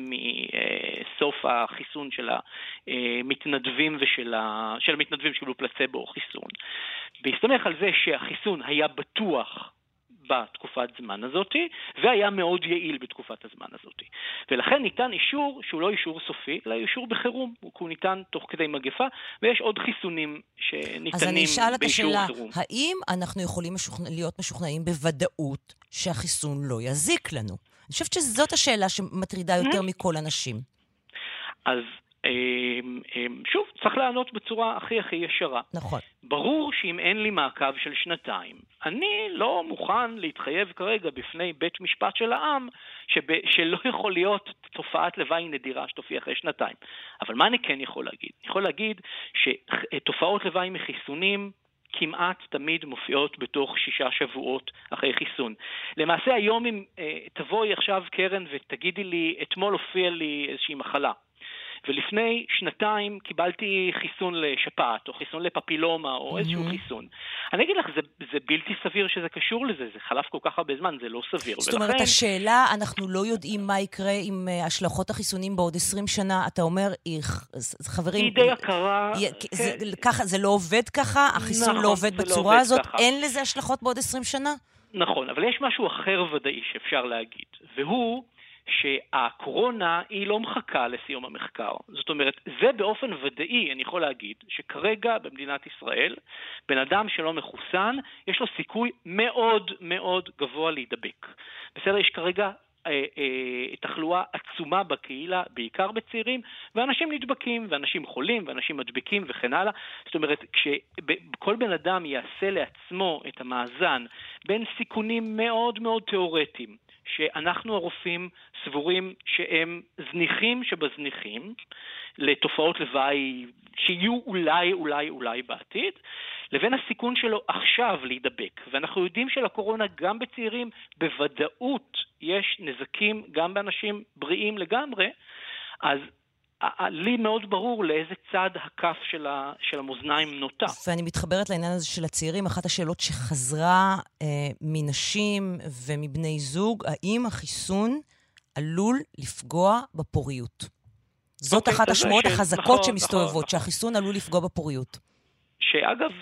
G: מסוף החיסון של המתנדבים ושל ה... של המתנדבים שקיבלו פלצבו או חיסון. והסתמך על זה שהחיסון היה בטוח בתקופת זמן הזאת, והיה מאוד יעיל בתקופת הזמן הזאת. ולכן ניתן אישור שהוא לא אישור סופי, אלא אישור בחירום, הוא ניתן תוך כדי מגפה, ויש עוד חיסונים שניתנים באישור חירום.
C: אז אני אשאל את השאלה, האם אנחנו יכולים משוכנ... להיות משוכנעים בוודאות שהחיסון לא יזיק לנו? אני חושבת שזאת השאלה שמטרידה יותר מכל אנשים.
G: אז שוב, צריך לענות בצורה הכי הכי ישרה.
C: נכון.
G: ברור שאם אין לי מעקב של שנתיים, אני לא מוכן להתחייב כרגע בפני בית משפט של העם, שב, שלא יכול להיות תופעת לוואי נדירה שתופיע אחרי שנתיים. אבל מה אני כן יכול להגיד? אני יכול להגיד שתופעות לוואי מחיסונים כמעט תמיד מופיעות בתוך שישה שבועות אחרי חיסון. למעשה היום אם תבואי עכשיו קרן ותגידי לי, אתמול הופיע לי איזושהי מחלה, ולפני שנתיים קיבלתי חיסון לשפעת, או חיסון לפפילומה, או איזשהו חיסון. אני אגיד לך, זה, זה בלתי סביר שזה קשור לזה, זה חלף כל כך הרבה זמן, זה לא סביר.
C: זאת אומרת, ולכן... השאלה, אנחנו לא יודעים מה יקרה עם השלכות החיסונים בעוד עשרים שנה, אתה אומר, חברים...
G: היא די הכרה...
C: זה, כן. ככה, זה לא עובד ככה? החיסון
G: נכון,
C: לא עובד בצורה
G: לא
C: הזאת?
G: ככה.
C: אין לזה השלכות בעוד עשרים שנה?
G: נכון, אבל יש משהו אחר ודאי שאפשר להגיד, והוא... שהקורונה היא לא מחכה לסיום המחקר. זאת אומרת, זה באופן ודאי, אני יכול להגיד, שכרגע במדינת ישראל, בן אדם שלא מחוסן, יש לו סיכוי מאוד מאוד גבוה להידבק. בסדר, יש כרגע אה, אה, תחלואה עצומה בקהילה, בעיקר בצעירים, ואנשים נדבקים, ואנשים חולים, ואנשים מדבקים וכן הלאה. זאת אומרת, כשכל בן אדם יעשה לעצמו את המאזן בין סיכונים מאוד מאוד תיאורטיים, שאנחנו הרופאים סבורים שהם זניחים שבזניחים לתופעות לוואי שיהיו אולי אולי אולי בעתיד, לבין הסיכון שלו עכשיו להידבק. ואנחנו יודעים שלקורונה גם בצעירים בוודאות יש נזקים גם באנשים בריאים לגמרי, אז לי מאוד ברור לאיזה צד הכף של, ה, של המאזניים נוטה.
C: ואני מתחברת לעניין הזה של הצעירים. אחת השאלות שחזרה אה, מנשים ומבני זוג, האם החיסון עלול לפגוע בפוריות? זאת okay, אחת השמועות ש... החזקות נכון, שמסתובבות, נכון. שהחיסון עלול לפגוע בפוריות.
G: שאגב,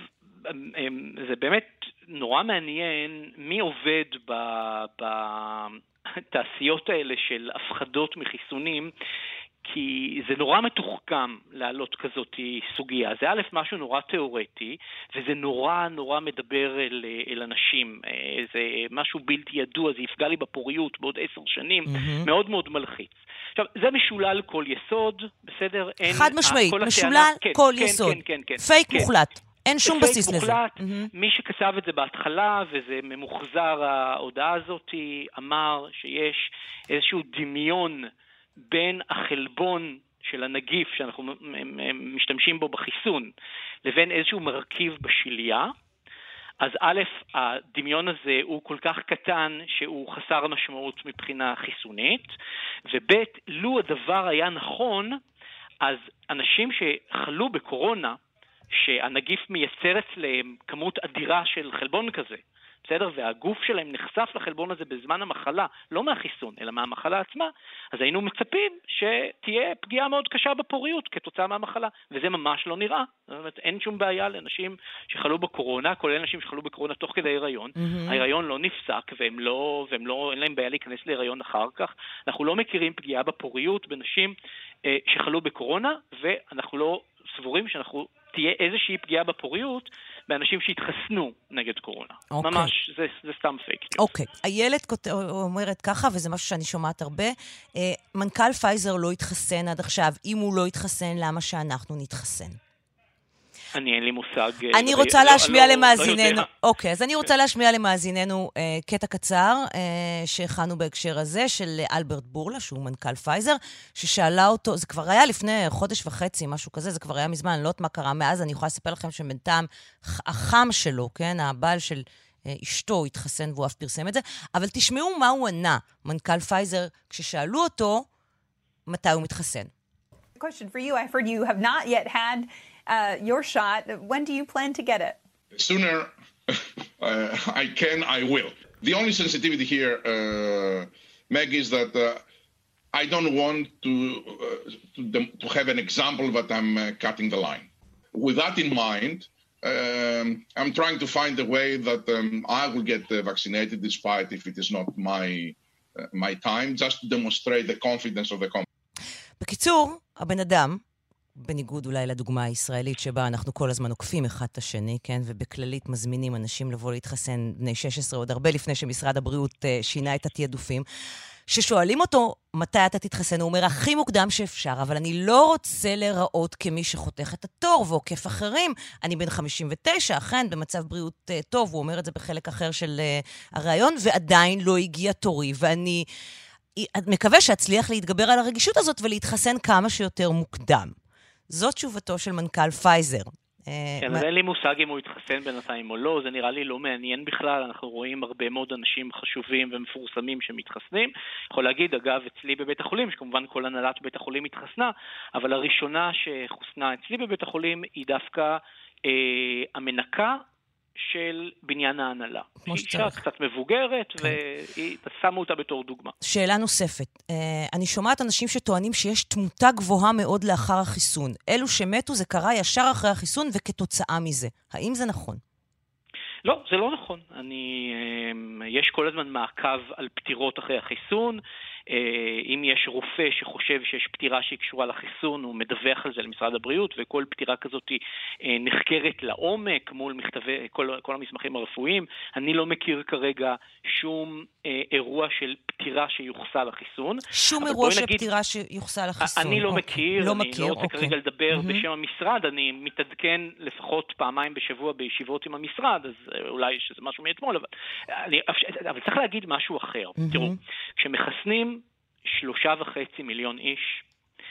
G: זה באמת נורא מעניין מי עובד בתעשיות האלה של הפחדות מחיסונים, כי זה נורא מתוחכם לעלות כזאת סוגיה. זה א' משהו נורא תיאורטי, וזה נורא נורא מדבר אל, אל אנשים. זה משהו בלתי ידוע, זה יפגע לי בפוריות בעוד עשר שנים, mm-hmm. מאוד מאוד מלחיץ. עכשיו, זה משולל כל יסוד, בסדר?
C: חד משמעית, משולל
G: כן,
C: כל
G: כן,
C: יסוד.
G: כן, כן, כן,
C: פייק
G: כן.
C: מוחלט. אין שום בסיס לזה.
G: מוחלט, mm-hmm. מי שכתב את זה בהתחלה, וזה ממוחזר ההודעה הזאת, אמר שיש איזשהו דמיון בין החלבון של הנגיף שאנחנו משתמשים בו בחיסון, לבין איזשהו מרכיב בשליה. אז א', הדמיון הזה הוא כל כך קטן שהוא חסר משמעות מבחינה חיסונית, וב', לו הדבר היה נכון, אז אנשים שחלו בקורונה, שהנגיף מייצר אצלם כמות אדירה של חלבון כזה, בסדר? והגוף שלהם נחשף לחלבון הזה בזמן המחלה, לא מהחיסון, אלא מהמחלה עצמה, אז היינו מצפים שתהיה פגיעה מאוד קשה בפוריות כתוצאה מהמחלה, וזה ממש לא נראה. זאת אומרת, אין שום בעיה לאנשים שחלו בקורונה, כולל אנשים שחלו בקורונה תוך כדי הריון, mm-hmm. ההיריון לא נפסק, והם לא, והם לא, אין להם בעיה להיכנס להיריון אחר כך. אנחנו לא מכירים פגיעה בפוריות בנשים אה, שחלו בקורונה, ואנחנו לא סבורים שאנחנו תהיה איזושהי פגיעה בפוריות באנשים שהתחסנו נגד קורונה. Okay. ממש, זה, זה סתם פייק.
C: אוקיי. Okay. איילת אומרת ככה, וזה משהו שאני שומעת הרבה, מנכ"ל פייזר לא התחסן עד עכשיו. אם הוא לא התחסן, למה שאנחנו נתחסן?
G: אני אין לי מושג.
C: אני רוצה להשמיע למאזיננו. אוקיי, אז אני רוצה להשמיע למאזיננו קטע קצר שהכנו בהקשר הזה של אלברט בורלה, שהוא מנכ"ל פייזר, ששאלה אותו, זה כבר היה לפני חודש וחצי, משהו כזה, זה כבר היה מזמן, אני לא יודעת מה קרה מאז, אני יכולה לספר לכם שבינתיים החם שלו, כן, הבעל של אשתו התחסן והוא אף פרסם את זה, אבל תשמעו מה הוא ענה, מנכ"ל פייזר, כששאלו אותו מתי הוא מתחסן.
H: Question for you, I've heard you have not yet had Uh, your shot. When do you plan to get it?
I: Sooner uh, I can, I will. The only sensitivity here, uh, Meg, is that uh, I don't want to, uh, to, to have an example that I'm uh, cutting the line. With that in mind, um, I'm trying to find a way that um, I will get uh, vaccinated despite if it is not my, uh, my time, just to demonstrate the confidence of the company.
C: בקיצור, הבן אדם, בניגוד אולי לדוגמה הישראלית שבה אנחנו כל הזמן עוקפים אחד את השני, כן? ובכללית מזמינים אנשים לבוא להתחסן בני שש עשרה, עוד הרבה לפני שמשרד הבריאות uh, שינה את התיעדופים. ששואלים אותו מתי אתה תתחסן, הוא אומר הכי מוקדם שאפשר, אבל אני לא רוצה להיראות כמי שחותך את התור ועוקף אחרים. אני בן חמישים ותשע, אכן, במצב בריאות uh, טוב, הוא אומר את זה בחלק אחר של uh, הרעיון, ועדיין לא הגיע תורי, ואני מקווה שאצליח להתגבר על הרגישות הזאת ולהתחסן כמה שיותר מוקדם. זאת תשובתו של מנכ"ל פייזר.
G: כן, אז אין לי מושג אם הוא יתחסן בינתיים או לא, זה נראה לי לא מעניין בכלל, אנחנו רואים הרבה מאוד אנשים חשובים ומפורסמים שמתחסנים. יכול להגיד, אגב, אצלי בבית החולים, שכמובן כל הנהלת בית החולים התחסנה, אבל הראשונה שחוסנה אצלי בבית החולים היא דווקא אה, המנקה של בניין ההנהלה. היא אישה קצת מבוגרת, והיא שמו אותה בתור דוגמה.
C: שאלה נוספת. אני שומעת אנשים שטוענים שיש תמותה גבוהה מאוד לאחר החיסון. אלו שמתו זה קרה ישר אחרי החיסון וכתוצאה מזה. האם זה נכון?
G: לא, זה לא נכון. אני, יש כל הזמן מעקב על פטירות אחרי החיסון. אם יש רופא שחושב שיש פטירה שהיא קשורה לחיסון, הוא מדווח על זה למשרד הבריאות, וכל פטירה כזאת נחקרת לעומק מול מכתבי, כל, כל המסמכים הרפואיים. אני לא מכיר כרגע שום אירוע של פטירה שיוחסה לחיסון.
C: שום אירוע של פטירה שיוחסה לחיסון.
G: אני לא מכיר,
C: לא
G: אני
C: מכיר,
G: לא רוצה
C: אוקיי.
G: כרגע לדבר בשם המשרד, אני מתעדכן לפחות פעמיים בשבוע בישיבות עם המשרד, אז אולי שזה משהו מאתמול, אבל, אני, אבל צריך להגיד משהו אחר. תראו, כשמחסנים שלושה וחצי מיליון איש,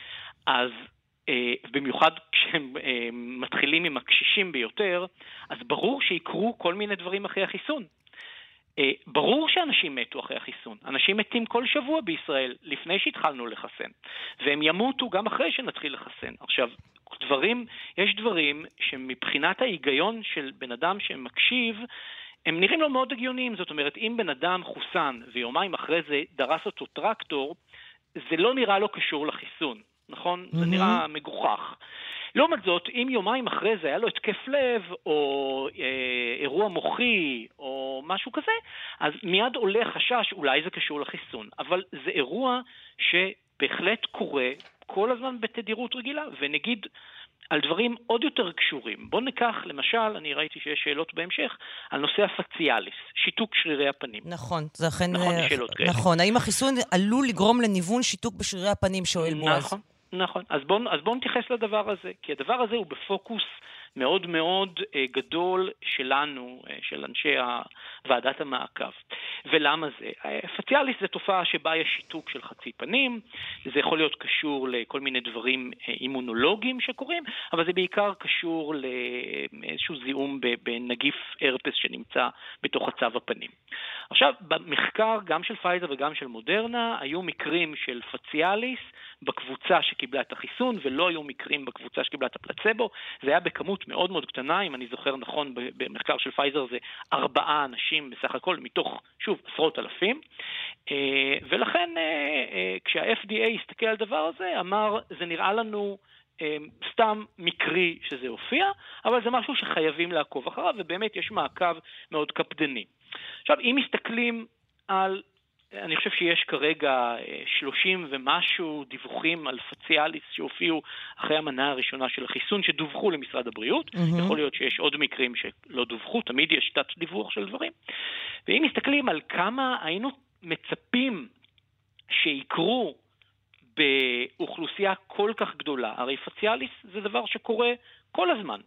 G: אז אה, במיוחד כשהם אה, מתחילים עם הקשישים ביותר, אז ברור שיקרו כל מיני דברים אחרי החיסון. אה, ברור שאנשים מתו אחרי החיסון. אנשים מתים כל שבוע בישראל לפני שהתחלנו לחסן. והם ימותו גם אחרי שנתחיל לחסן. עכשיו, דברים, יש דברים שמבחינת ההיגיון של בן אדם שמקשיב, הם נראים לו מאוד הגיוניים. זאת אומרת, אם בן אדם חוסן ויומיים אחרי זה דרס אותו טרקטור, זה לא נראה לו קשור לחיסון, נכון? Mm-hmm. זה נראה מגוחך. לעומת זאת, אם יומיים אחרי זה היה לו התקף לב, או אה, אירוע מוחי, או משהו כזה, אז מיד עולה חשש, אולי זה קשור לחיסון. אבל זה אירוע שבהחלט קורה כל הזמן בתדירות רגילה, ונגיד על דברים עוד יותר קשורים. בוא ניקח, למשל, אני ראיתי שיש שאלות בהמשך, על נושא הפציאליס, שיתוק שרירי הפנים.
C: נכון, זה אכן
G: נכון,
C: נכון. האם החיסון עלול לגרום לניוון שיתוק בשרירי הפנים, שואל בועז?
G: נכון, נכון. אז בואו אז בוא נתייחס לדבר הזה, כי הדבר הזה הוא בפוקוס מאוד מאוד אה, גדול שלנו, אה, של אנשי ועדת המעקב. ולמה זה? פציאליס זה תופעה שבה יש שיתוק של חצי פנים, זה יכול להיות קשור לכל מיני דברים אה, אימונולוגיים שקורים, אבל זה בעיקר קשור לאיזשהו זיהום בנגיף הרפס שנמצא בתוך הצו הפנים. עכשיו, במחקר גם של פייזר וגם של מודרנה, היו מקרים של פציאליס בקבוצה שקיבלה את החיסון, ולא היו מקרים בקבוצה שקיבלה את הפלצבו. זה היה בכמות מאוד מאוד קטנה, אם אני זוכר נכון, במחקר של פייזר זה ארבעה אנשים בסך הכל, מתוך, שוב, עשרות אלפים. ולכן, כשה-אף די איי הסתכל על דבר הזה, אמר, זה נראה לנו סתם מקרי שזה הופיע, אבל זה משהו שחייבים לעקוב אחריו, ובאמת יש מעקב מאוד קפדני. עכשיו, אם מסתכלים על, אני חושב שיש כרגע שלושים ומשהו דיווחים על פציאליס שהופיעו אחרי המנה הראשונה של החיסון, שדווחו למשרד הבריאות. Mm-hmm. יכול להיות שיש עוד מקרים שלא דווחו, תמיד יש תת דיווח של דברים. ואם מסתכלים על כמה היינו מצפים שיקרו באוכלוסייה כל כך גדולה, הרי פציאליס זה דבר שקורה כל הזמן.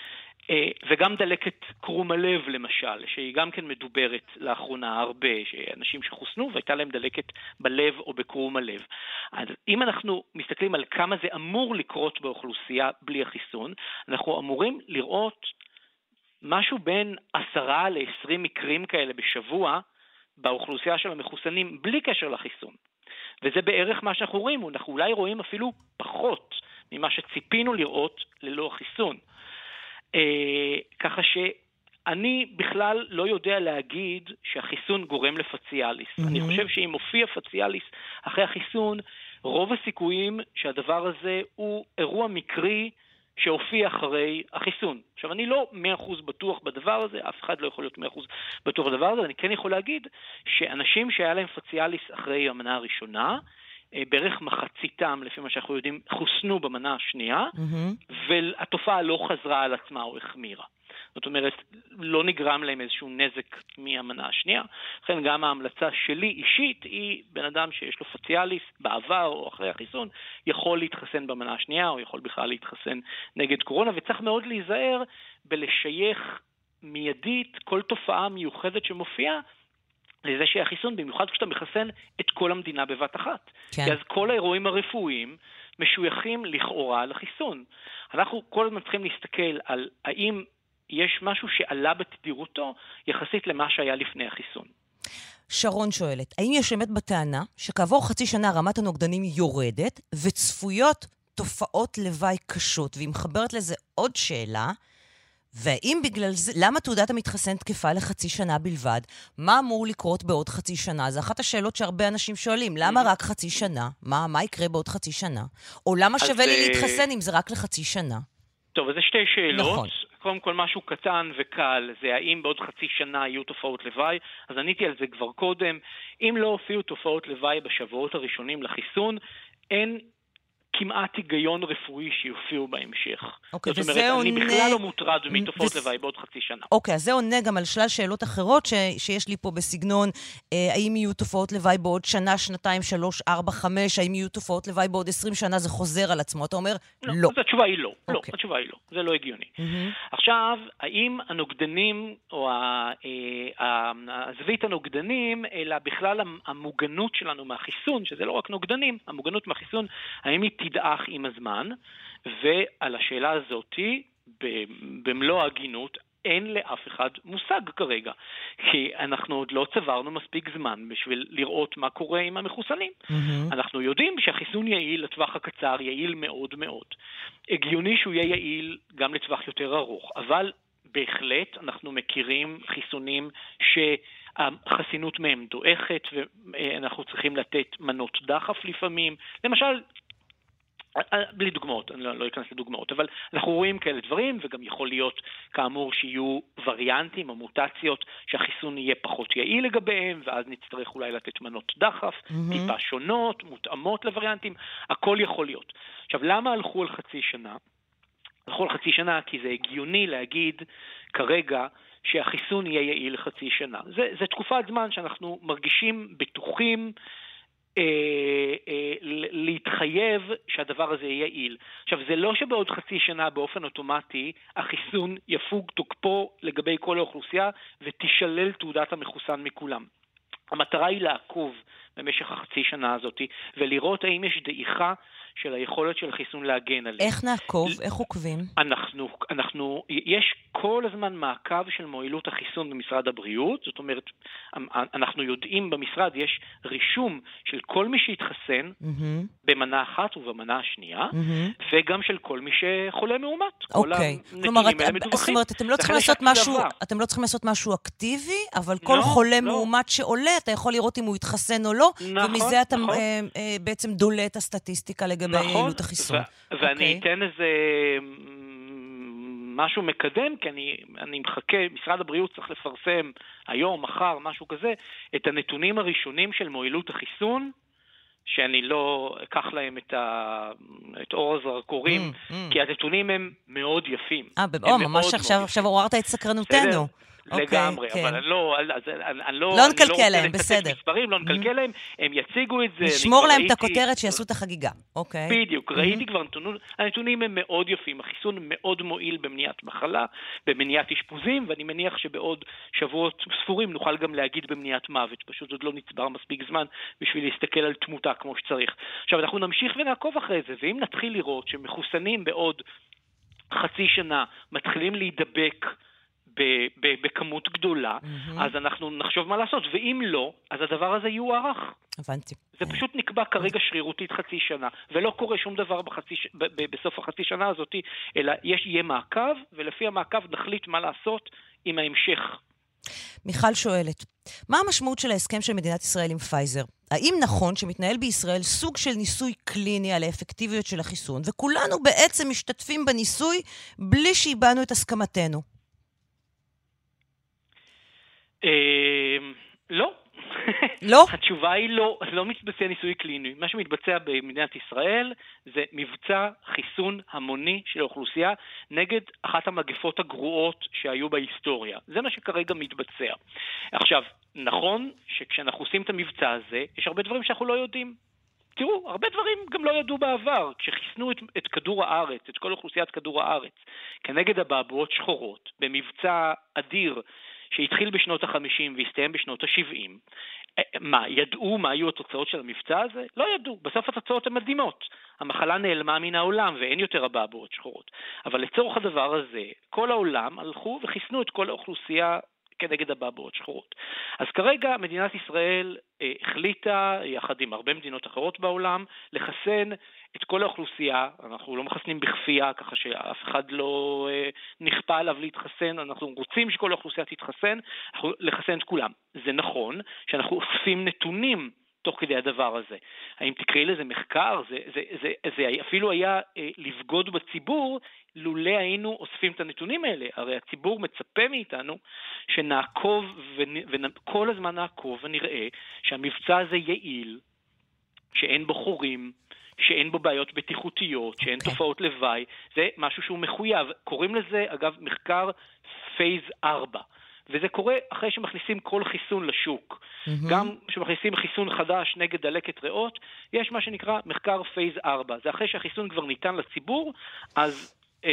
G: וגם דלקת קרום הלב למשל, שהיא גם כן מדוברת לאחרונה הרבה, שאנשים שחוסנו והייתה להם דלקת בלב או בקרום הלב. אז אם אנחנו מסתכלים על כמה זה אמור לקרות באוכלוסייה בלי החיסון, אנחנו אמורים לראות משהו בין עשרה לעשרים מקרים כאלה בשבוע באוכלוסייה של המחוסנים בלי קשר לחיסון. וזה בערך מה שאנחנו רואים, אנחנו אולי רואים אפילו פחות ממה שציפינו לראות ללא החיסון. אה, ככה שאני בכלל לא יודע להגיד שהחיסון גורם לפציאליס. Mm-hmm. אני חושב שאם מופיע פציאליס אחרי החיסון, רוב הסיכויים שהדבר הזה הוא אירוע מקרי שהופיע אחרי החיסון. עכשיו, אני לא מאה אחוז בטוח בדבר הזה, אף אחד לא יכול להיות מאה אחוז בטוח בדבר הזה, אני כן יכול להגיד שאנשים שהיה להם פציאליס אחרי המנה הראשונה, בערך מחציתם, לפי מה שאנחנו יודעים, חוסנו במנה השנייה, mm-hmm. והתופעה לא חזרה על עצמה או החמירה. זאת אומרת, לא נגרם להם איזשהו נזק מהמנה השנייה. לכן גם ההמלצה שלי אישית היא בן אדם שיש לו פציאליס בעבר או אחרי החיסון, יכול להתחסן במנה השנייה או יכול בכלל להתחסן נגד קורונה, וצריך מאוד להיזהר בלשייך מיידית כל תופעה מיוחדת שמופיעה, לזה שהחיסון, במיוחד כשאתה מחסן את כל המדינה בבת אחת. כן. כי אז כל האירועים הרפואיים משויכים לכאורה לחיסון. אנחנו כל הזמן צריכים להסתכל על האם יש משהו שעלה בתדירותו יחסית למה שהיה לפני החיסון.
C: שרון שואלת, האם יש אמת בטענה שכעבור חצי שנה רמת הנוגדנים יורדת וצפויות תופעות לוואי קשות, והיא מחברת לזה עוד שאלה, והאם בגלל זה, למה תעודת המתחסן תקפה לחצי שנה בלבד? מה אמור לקרות בעוד חצי שנה? זו אחת השאלות שהרבה אנשים שואלים. למה רק חצי שנה? מה, מה יקרה בעוד חצי שנה? או למה שווה לי להתחסן אם זה רק לחצי שנה?
G: טוב, אז זה שתי שאלות.
C: נכון.
G: קודם כל משהו קטן וקל, זה האם בעוד חצי שנה יהיו תופעות לוואי, אז עניתי על זה כבר קודם. אם לא הופיעו תופעות לוואי בשבועות הראשונים לחיסון, אין כמעט היגיון רפואי שיופיעו בהמשך.
C: אוקיי,
G: זאת
C: וזה
G: אומרת, אני
C: עונה...
G: בכלל לא מוטרד מתופעות
C: וס...
G: לוואי בעוד חצי שנה.
C: אוקיי, אז זה עונה גם על שלל שאלות אחרות ש... שיש לי פה בסגנון, אה, האם יהיו תופעות לוואי בעוד שנה, שנתיים, שלוש, ארבע, חמש, האם יהיו תופעות לוואי בעוד עשרים שנה, זה חוזר על עצמו. אתה אומר, לא.
G: לא. אז התשובה היא לא.
C: אוקיי.
G: לא, התשובה היא לא. זה לא הגיוני.
C: Mm-hmm.
G: עכשיו, האם הנוגדנים, או הזווית הנוגדנים, אלא בכלל המוגנות שלנו מהחיסון, שזה לא רק נוגדנים, המוגנות מהחיסון, האם היא תדעך עם הזמן, ועל השאלה הזאת, במלוא ההגינות, אין לאף אחד מושג כרגע, כי אנחנו עוד לא צברנו מספיק זמן בשביל לראות מה קורה עם המחוסנים. Mm-hmm. אנחנו יודעים שהחיסון יעיל לטווח הקצר, יעיל מאוד מאוד. הגיוני שהוא יהיה יעיל גם לטווח יותר ארוך, אבל בהחלט אנחנו מכירים חיסונים שהחסינות מהם דועכת, ואנחנו צריכים לתת מנות דחף לפעמים. למשל, בלי דוגמאות, אני לא, לא אכנס לדוגמאות, אבל אנחנו רואים כאלה דברים, וגם יכול להיות כאמור שיהיו וריאנטים או מוטציות שהחיסון יהיה פחות יעיל לגביהם, ואז נצטרך אולי לתת מנות דחף, mm-hmm. טיפה שונות, מותאמות לווריאנטים, הכל יכול להיות. עכשיו, למה הלכו על חצי שנה? הלכו על חצי שנה כי זה הגיוני להגיד כרגע שהחיסון יהיה יעיל לחצי שנה. זה, זה תקופת זמן שאנחנו מרגישים בטוחים, להתחייב שהדבר הזה יהיה יעיל. עכשיו, זה לא שבעוד חצי שנה באופן אוטומטי החיסון יפוג תוקפו לגבי כל האוכלוסייה ותשלל תעודת המחוסן מכולם. המטרה היא לעקוב במשך החצי שנה הזאת ולראות האם יש דעיכה של היכולת של החיסון להגן עליהם.
C: איך נעקוב? איך עוקבים?
G: אנחנו, אנחנו, יש כל הזמן מעקב של מועילות החיסון במשרד הבריאות, זאת אומרת, אנחנו יודעים במשרד, יש רישום של כל מי שהתחסן mm-hmm. במנה אחת ובמנה השנייה, mm-hmm. וגם של כל מי שחולה מאומת.
C: אוקיי. כלומר, זאת אומרת, אתם לא צריכים לעשות משהו, אתם לא צריכים לעשות משהו אקטיבי, אבל כל לא, חולה לא. מאומת שעולה, אתה יכול לראות אם הוא יתחסן או לא, נכון, ומזה אתה נכון. בעצם דולה את הסטטיסטיקה לגבי נכון, יעילות החיסון. ו-
G: okay. ואני אתן איזה משהו מקדם, כי אני, אני מחכה, משרד הבריאות צריך לפרסם היום, מחר, משהו כזה, את הנתונים הראשונים של מועילות החיסון, שאני לא אקח להם את, ה, את אור הזרקורים, mm, mm. כי הנתונים הם מאוד יפים.
C: אה, או, ממש עכשיו, עכשיו עוררת את סקרנותנו.
G: לגמרי, אבל אני לא, אני לא,
C: לא נקלקל להם, בסדר.
G: מספרים, לא נקלקל להם, הם יציגו את זה.
C: נשמור להם את הכותרת שיעשו את החגיגה. אוקיי.
G: בדיוק, ראיתי כבר נתונים, הנתונים הם מאוד יפים, החיסון מאוד מועיל במניעת מחלה, במניעת אשפוזים, ואני מניח שבעוד שבועות ספורים נוכל גם להגיד במניעת מוות, פשוט עוד לא נצבר מספיק זמן בשביל להסתכל על תמותה כמו שצריך. עכשיו, אנחנו נמשיך ונעקוב אחרי זה, ואם נתחיל לראות שמחוסנים בעוד חצי שנה מתחילים להידבק בכמות גדולה, mm-hmm. אז אנחנו נחשוב מה לעשות, ואם לא, אז הדבר הזה יוארך.
C: הבנתי.
G: זה פשוט נקבע כרגע שרירותית חצי שנה, ולא קורה שום דבר בחצי, ב, ב, בסוף החצי שנה הזאת, אלא יש, יהיה מעקב, ולפי המעקב נחליט מה לעשות עם ההמשך.
C: מיכל שואלת, מה המשמעות של ההסכם של מדינת ישראל עם פייזר? האם נכון שמתנהל בישראל סוג של ניסוי קליני על האפקטיביות של החיסון, וכולנו בעצם משתתפים בניסוי בלי שהבענו את הסכמתנו?
G: לא.
C: לא?
G: התשובה היא לא, לא מתבצע ניסוי קליני. מה שמתבצע במדינת ישראל זה מבצע חיסון המוני של האוכלוסייה נגד אחת המגפות הגרועות שהיו בהיסטוריה. זה מה שכרגע מתבצע. עכשיו, נכון שכשאנחנו עושים את המבצע הזה, יש הרבה דברים שאנחנו לא יודעים. תראו, הרבה דברים גם לא ידעו בעבר. כשחיסנו את, את כדור הארץ, את כל אוכלוסיית כדור הארץ, כנגד הבעבועות שחורות, במבצע אדיר, שהתחיל בשנות ה-חמישים והסתיים בשנות ה-שבעים. מה, ידעו מה היו התוצאות של המבצע הזה? לא ידעו. בסוף התוצאות הן מדהימות. המחלה נעלמה מן העולם ואין יותר הבעבועות שחורות. אבל לצורך הדבר הזה, כל העולם הלכו וחיסנו את כל האוכלוסייה כנגד הבעבועות שחורות. אז כרגע מדינת ישראל אה, החליטה, יחד עם הרבה מדינות אחרות בעולם, לחסן את כל האוכלוסייה. אנחנו לא מחסנים בכפייה, ככה שאף אחד לא אה, נכפה עליו להתחסן. אנחנו רוצים שכל האוכלוסייה תתחסן, אנחנו לחסן את כולם. זה נכון שאנחנו אוספים נתונים תוך כדי הדבר הזה. האם תקראי לזה מחקר? זה, זה, זה, זה אפילו היה אה, לבגוד בציבור, לולא היינו אוספים את הנתונים האלה. הרי הציבור מצפה מאיתנו שנעקוב וכל הזמן נעקוב ונראה שהמבצע הזה יעיל, שאין בו חורים, שאין בו בעיות בטיחותיות, שאין okay. תופעות לוואי. זה משהו שהוא מחויב. קוראים לזה, אגב, מחקר פייז ארבע. וזה קורה אחרי שמכניסים כל חיסון לשוק. Mm-hmm. גם כשמכניסים חיסון חדש נגד דלקת ריאות, יש מה שנקרא מחקר פייז ארבע. זה אחרי שהחיסון כבר ניתן לציבור, אז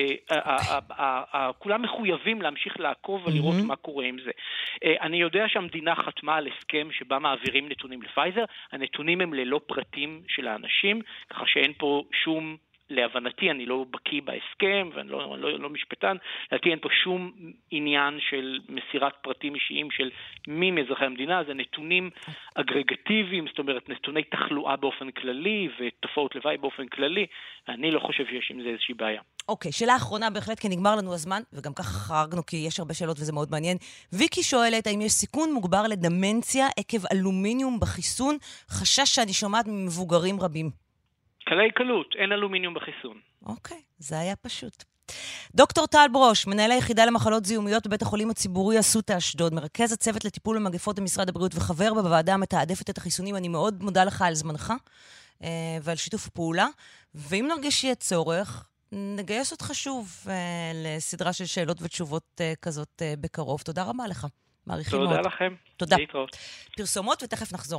G: כולם מחויבים להמשיך לעקוב ולראות מה קורה עם זה. אני יודע שהמדינה חתמה על הסכם שבה מעבירים נתונים לפייזר. הנתונים הם ללא פרטים של האנשים, ככה שאין פה שום... להבנתי, אני לא בקיא בהסכם, ואני לא, לא, לא משפטן, לדעתי אין פה שום עניין של מסירת פרטים אישיים של מי מאזרחי המדינה, זה נתונים אגרגטיביים, זאת אומרת, נתוני תחלואה באופן כללי, ותופעות לוואי באופן כללי, אני לא חושב שיש עם זה איזושהי בעיה.
C: אוקיי, שאלה אחרונה בהחלט, כי נגמר לנו הזמן, וגם ככה חרגנו, כי יש הרבה שאלות וזה מאוד מעניין. ויקי שואלת, האם יש סיכון מוגבר לדמנציה עקב אלומיניום בחיסון? חשש שאני שומעת ממבוגרים רבים.
G: קלי קלות, אין אלומיניום בחיסון.
C: אוקיי, זה היה פשוט. דוקטור טל ברוש, מנהל היחידה למחלות זיהומיות בבית החולים הציבורי אסותא אשדוד, מרכז הצוות לטיפול במגפות במשרד הבריאות וחבר בוועדה המתעדפת את החיסונים. אני מאוד מודה לך על זמנך אה, ועל שיתוף הפעולה, ואם נרגיש שיהיה צורך, נגייס אותך שוב אה, לסדרה של שאלות ותשובות אה, כזאת אה, בקרוב. תודה רבה לך. מעריכים מאוד.
G: תודה לכם.
C: תודה.
G: להתראות.
C: פרסומות ותכף נחזור.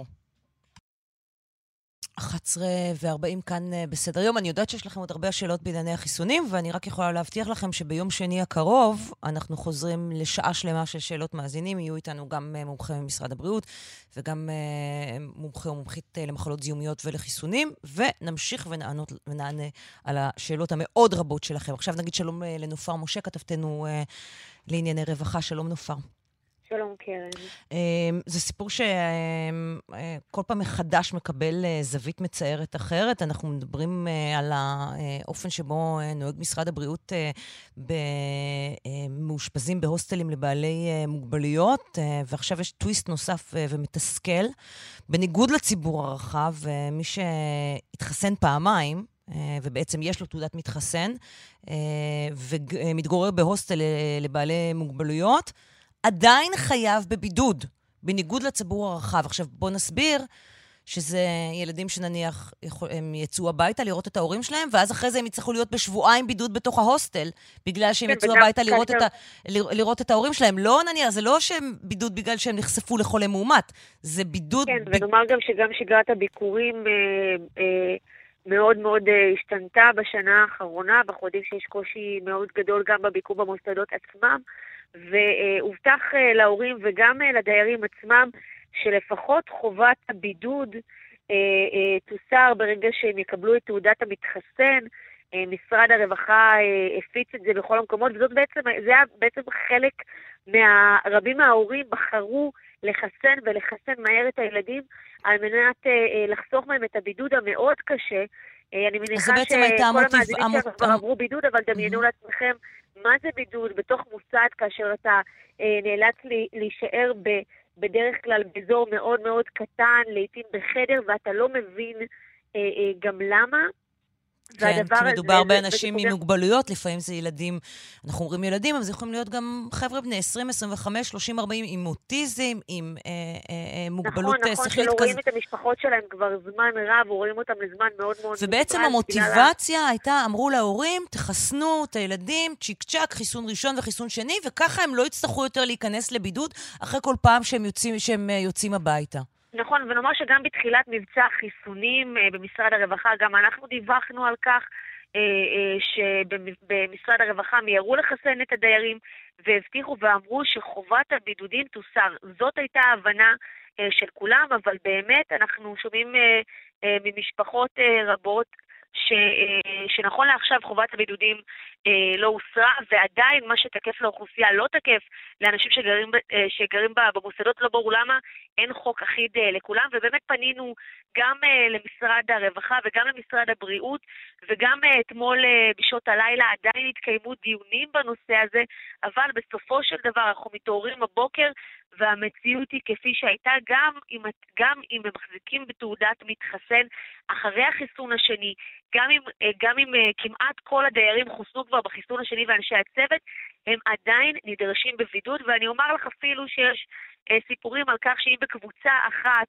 C: אחת עשרה וארבעים כאן בסדר יום. אני יודעת שיש לכם עוד הרבה שאלות בענייני החיסונים, ואני רק יכולה להבטיח לכם שביום שני הקרוב אנחנו חוזרים לשעה שלמה של שאלות מאזינים. יהיו איתנו גם מומחה ממשרד הבריאות, וגם מומחה ומומחית למחלות זיהומיות ולחיסונים, ונמשיך ונענות, ונענה על השאלות המאוד רבות שלכם. עכשיו נגיד שלום לנופר משה, כתבתנו לענייני רווחה. שלום נופר.
J: שלום קרן.
C: זה סיפור שכל פעם מחדש מקבל זווית מצערת אחרת. אנחנו מדברים על האופן שבו נוהג משרד הבריאות במאושפזים בהוסטלים לבעלי מוגבלויות, ועכשיו יש טוויסט נוסף ומתסכל. בניגוד לציבור הרחב, מי שהתחסן פעמיים, ובעצם יש לו תעודת מתחסן, ומתגורר בהוסטל לבעלי מוגבלויות, עדיין חייב בבידוד, בניגוד לציבור הרחב. עכשיו בוא נסביר שזה ילדים שנניח הם יצאו הביתה לראות את ההורים שלהם, ואז אחרי זה הם יצטרכו להיות בשבועיים בידוד בתוך ההוסטל, בגלל שהם יצאו הביתה לראות את, ה, לראות את ההורים שלהם. לא נניח, זה לא שהם בידוד בגלל שהם נחשפו לחולה מאומת, זה בידוד...
J: כן, ב... ונאמר גם שגם שגרת הביקורים אה, אה, מאוד מאוד אה, השתנתה בשנה האחרונה, אנחנו יודעים שיש קושי מאוד גדול גם בביקור במוסדות עצמם, והובטח להורים וגם לדיירים עצמם שלפחות חובת הבידוד תוסר ברגע שהם יקבלו את תעודת המתחסן. משרד הרווחה הפיץ את זה בכל המקומות, וזאת בעצם, זה היה בעצם חלק מהרבים מההורים בחרו לחסן ולחסן מהר את הילדים על מנת לחסוך מהם את הבידוד המאוד קשה אני מניחה
C: שכל
J: המאזינים שלנו כבר עברו בידוד, אבל דמיינו לעצמכם מה זה בידוד בתוך מוסד, כאשר אתה נאלץ להישאר בדרך כלל באזור מאוד מאוד קטן, לעתים בחדר, ואתה לא מבין גם למה.
C: כן, כי מדובר באנשים עם מוגבלויות, לפעמים זה ילדים, אנחנו אומרים ילדים, אבל זה יכולים להיות גם חבר'ה בני עשרים, עשרים וחמש, שלושים, ארבעים, עם אוטיזם, עם מוגבלות שכלית כזאת.
J: נכון, נכון, שלא רואים את המשפחות שלהם כבר זמן רב, רואים אותם לזמן מאוד מאוד...
C: ובעצם המוטיבציה הייתה, אמרו להורים, תחסנו את הילדים, צ'יק צ'ק, חיסון ראשון וחיסון שני, וככה הם לא יצטרכו יותר להיכנס לבידוד, אחרי כל פעם שהם יוצאים, שהם יוצאים הביתה.
J: נכון, ונאמר שגם בתחילת מבצע חיסונים במשרד הרווחה, גם אנחנו דיווחנו על כך שבמשרד הרווחה מיירו לחסן את הדיירים, והבטיחו ואמרו שחובת הבידודים תוסר. זאת הייתה ההבנה של כולם, אבל באמת אנחנו שומעים ממשפחות רבות, ש, שנכון לעכשיו חובת הבידודים לא הוסרה, ועדיין מה שתקף לאוכלוסייה לא תקף לאנשים שגרים, שגרים במוסדות, לא ברור למה, אין חוק אחיד לכולם, ובאמת פנינו גם למשרד הרווחה וגם למשרד הבריאות, וגם אתמול בשעות הלילה עדיין התקיימו דיונים בנושא הזה, אבל בסופו של דבר אנחנו מתעוררים בבוקר, והמציאות היא כפי שהייתה, גם אם, גם אם הם מחזיקים בתעודת מתחסן אחרי החיסון השני, גם אם, גם אם כמעט כל הדיירים חוסנו כבר בחיסון השני ואנשי הצוות, הם עדיין נדרשים בבידוד, ואני אומר לך אפילו שיש סיפורים על כך שאם בקבוצה אחת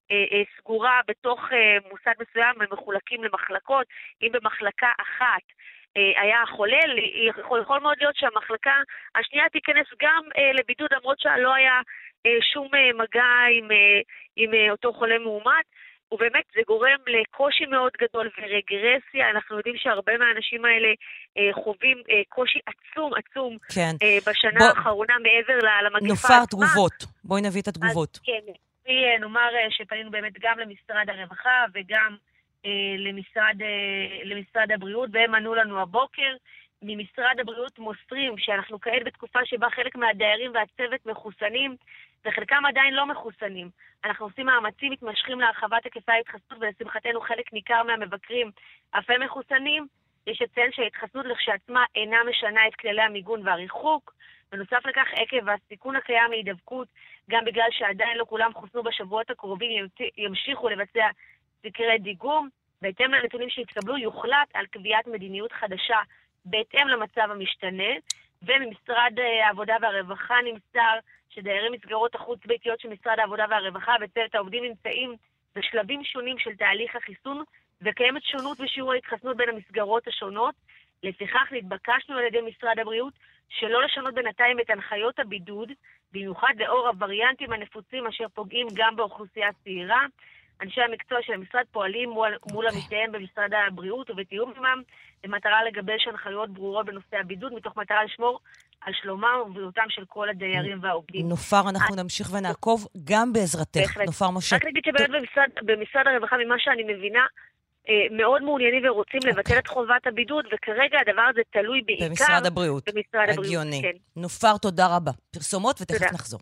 J: סגורה בתוך מוסד מסוים, הם מחולקים למחלקות, אם במחלקה אחת היה חולל, יכול, יכול מאוד להיות שהמחלקה השנייה תיכנס גם לבידוד, למרות שלא היה שום מגע עם, עם אותו חולה מאומת, ובאמת זה גורם לקושי מאוד גדול ורגרסיה. אנחנו יודעים שהרבה מהאנשים האלה חווים קושי עצום עצום
C: כן.
J: בשנה
C: בוא...
J: האחרונה מעבר למגפה.
C: נופר תגובות, בואי נביא את התגובות.
J: אז כן, נאמר שפנינו באמת גם למשרד הרווחה וגם למשרד, למשרד הבריאות, והם ענו לנו הבוקר. ממשרד הבריאות מוסרים שאנחנו כעת בתקופה שבה חלק מהדיירים והצוות מחוסנים, וחלקם עדיין לא מחוסנים. אנחנו עושים מאמצים מתמשכים להרחבת היקפי ההתחסנות, ולשמחתנו חלק ניכר מהמבקרים אף הם מחוסנים. יש לציין שההתחסנות לכשעצמה אינה משנה את כללי המיגון והריחוק. בנוסף לכך, עקב הסיכון הקיים להידבקות, גם בגלל שעדיין לא כולם חוסנו בשבועות הקרובים, ימשיכו לבצע סקרי דיגום. בהתאם לנתונים שהתקבלו, יוחלט על קביעת מדיניות חדשה בהתאם למצב המשתנה, וממשרד העבודה והרווחה נמסר שדיירי מסגרות החוץ-ביתיות של משרד העבודה והרווחה וצוות העובדים נמצאים בשלבים שונים של תהליך החיסון, וקיימת שונות בשיעור ההתחסנות בין המסגרות השונות. לפיכך נתבקשנו על ידי משרד הבריאות שלא לשנות בינתיים את הנחיות הבידוד, במיוחד לאור הווריאנטים הנפוצים אשר פוגעים גם באוכלוסייה צעירה. אנשי המקצוע של המשרד פועלים מול, מול עמיתיהם במשרד הבריאות ובתיאום עמם, במטרה לגבש הנחיות ברורות בנושא הבידוד, מתוך מטרה לשמור על שלומם ובריאותם של כל הדיירים והעובדים.
C: נופר, אנחנו נמשיך ונעקוב גם בעזרתך. נופר משה.
J: רק נגיד שבאמת במשרד, במשרד הרווחה, ממה שאני מבינה, מאוד מעוניינים ורוצים לבטל את חובת הבידוד, וכרגע הדבר הזה תלוי בעיקר
C: במשרד הבריאות.
J: במשרד הבריאות.
C: הגיוני. נופר, תודה רבה. פרסומות ותכף נחזור.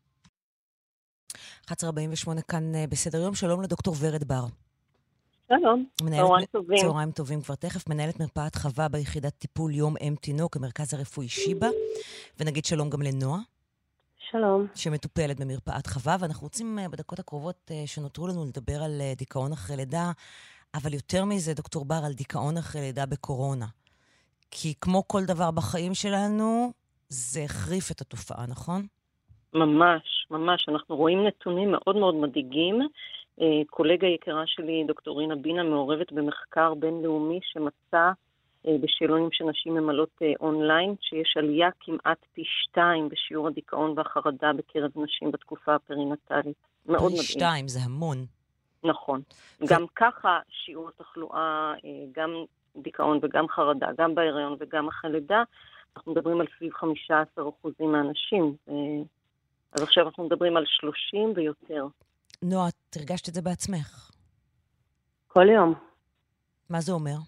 C: אחת עשרה ארבעים ושמונה כאן בסדר יום. שלום לדוקטור ורד בר.
K: שלום, צהריים טובים.
C: צהריים טובים כבר תכף. מנהלת מרפאת חווה ביחידת טיפול יום אם תינוק, המרכז הרפואי שיבא. ונגיד שלום גם לנועה.
K: שלום.
C: שמטופלת במרפאת חווה, ואנחנו רוצים בדקות הקרובות שנותרו לנו לדבר על דיכאון אחרי לידה, אבל יותר מזה, דוקטור בר, על דיכאון אחרי לידה בקורונה. כי כמו כל דבר בחיים שלנו, זה החריף את התופעה, נכון?
K: ממש, ממש. אנחנו רואים נתונים מאוד מאוד מדאיגים. קולגה יקרה שלי, דוקטור רינה בינה, מעורבת במחקר בינלאומי שמצא בשאלונים שנשים ממלאות אונליין, שיש עלייה כמעט פי שתיים בשיעור הדיכאון והחרדה בקרב נשים בתקופה הפרינטלית. מאוד מדהים.
C: פי שתיים, זה המון.
K: נכון. גם ככה שיעור התחלואה, גם דיכאון וגם חרדה, גם בהיריון וגם אחרי לידה, אנחנו מדברים על סביב חמישה עשר אחוזים מהנשים. אז עכשיו אנחנו מדברים על שלושים ויותר.
C: נועה, תרגשת את זה בעצמך?
K: כל יום.
C: מה זה אומר?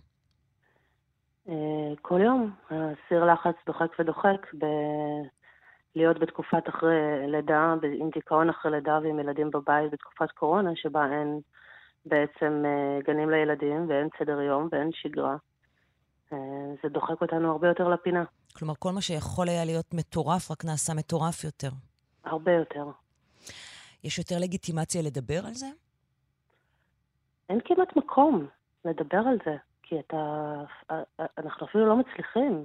K: כל יום. סיר לחץ דוחק ודוחק, להיות בתקופת אחרי לידה, עם דיכאון אחרי לידה ועם ילדים בבית בתקופת קורונה, שבה אין בעצם גנים לילדים, ואין סדר יום, ואין שגרה. זה דוחק אותנו הרבה יותר לפינה.
C: כלומר, כל מה שיכול היה להיות מטורף, רק נעשה מטורף יותר.
K: הרבה יותר.
C: יש יותר לגיטימציה לדבר על זה?
K: אין כמעט מקום לדבר על זה, כי אתה, אנחנו אפילו לא מצליחים.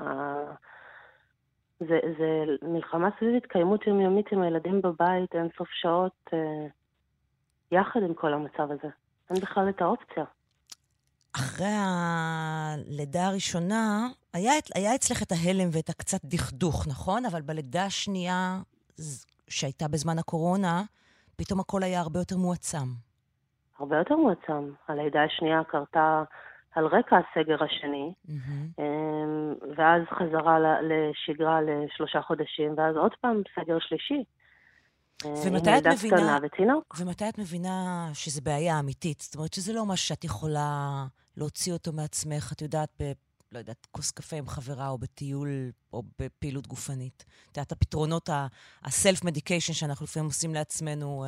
K: זה, זה מלחמה סביב התקיימות יומיומית עם הילדים בבית, אין סוף שעות, יחד עם כל המצב הזה. אין בכלל את האופציה.
C: אחרי הלידה הראשונה, היה, היה אצלך את ההלם ואת הקצת דכדוך, נכון? אבל בלידה השנייה, שהייתה בזמן הקורונה, פתאום הכל היה הרבה יותר מועצם.
K: הרבה יותר מועצם. הלידה השנייה קרתה על רקע הסגר השני, mm-hmm. ואז חזרה לשגרה לשלושה חודשים, ואז עוד פעם סגר שלישי.
C: ומתי את מבינה, ומתי את מבינה שזה בעיה אמיתית? זאת אומרת שזה לא מה שאת יכולה להוציא אותו מעצמך, את יודעת, ב, לא יודעת, כוס קפה עם חברה או בטיול או בפעילות גופנית. את יודעת, הפתרונות, ה-self-medication שאנחנו לפעמים עושים לעצמנו,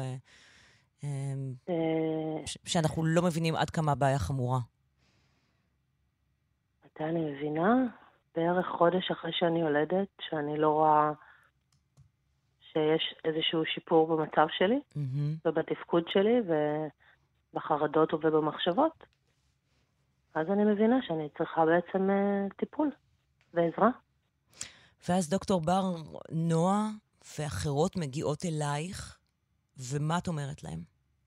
C: שאנחנו לא מבינים עד כמה הבעיה חמורה.
K: מתי אני מבינה? בערך חודש אחרי שאני יולדת, שאני לא רואה שיש איזשהו שיפור במצב שלי, mm-hmm. ובתפקוד שלי, ובחרדות ובמחשבות. אז אני מבינה שאני צריכה בעצם uh, טיפול ועזרה.
C: ואז דוקטור בר, נועה ואחרות מגיעות אלייך, ומה את אומרת להם?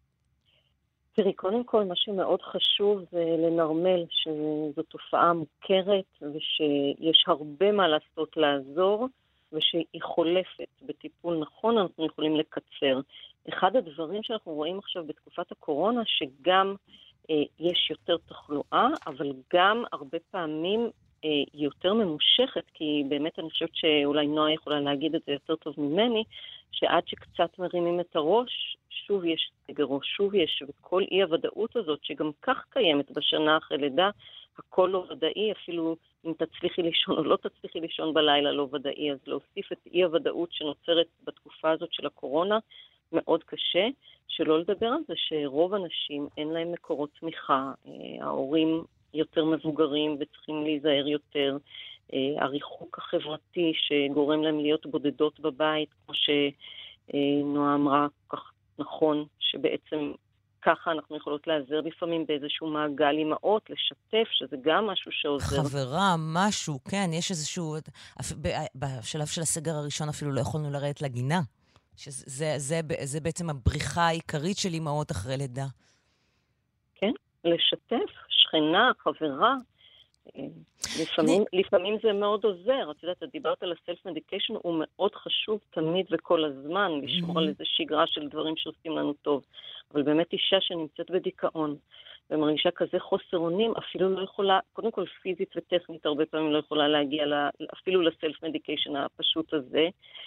K: תראי, קודם כל, מה שמאוד חשוב זה לנרמל שזו תופעה מוכרת, ושיש הרבה מה לעשות לעזור, ושהיא חולפת בטיפול נכון, אנחנו יכולים לקצר. אחד הדברים שאנחנו רואים עכשיו בתקופת הקורונה, שגם אה, יש יותר תחלואה, אבל גם הרבה פעמים אה, היא יותר ממושכת, כי באמת אני חושבת שאולי נועה יכולה להגיד את זה יותר טוב ממני, שעד שקצת מרימים את הראש, שוב יש סגר, או שוב יש, וכל אי הוודאות הזאת, שגם כך קיימת בשנה אחרי לידה, הכל לא ודאי, אפילו אם תצליחי לישון או לא תצליחי לישון בלילה לא ודאי, אז להוסיף את אי הוודאות שנוצרת בתקופה הזאת של הקורונה, מאוד קשה, שלא לדבר על זה שרוב אנשים אין להם מקורות תמיכה, ההורים יותר מבוגרים וצריכים להיזהר יותר, הריחוק החברתי שגורם להם להיות בודדות בבית, כמו שנועה אמרה כך נכון, שבעצם ככה אנחנו יכולות לעזר לפעמים באיזשהו מעגל אימהות, לשתף, שזה גם משהו שעוזר.
C: חברה, משהו, כן, יש איזשהו, בשלב של הסגר הראשון אפילו לא יכולנו לרדת לגינה, שזה זה, זה בעצם הבריחה העיקרית של אימהות אחרי לידה.
K: כן, לשתף, שכנה, חברה, לפעמים, לפעמים זה מאוד עוזר. את יודעת, את דיברת על הסלף-מדיקיישן, הוא מאוד חשוב תמיד וכל הזמן, לשמור על איזו שגרה של דברים שעושים לנו טוב. אבל באמת אישה שנמצאת בדיכאון, ומרגישה כזה חוסר אונים, אפילו לא יכולה, קודם כל פיזית וטכנית, הרבה פעמים לא יכולה להגיע אפילו לסלף-מדיקיישן הפשוט הזה,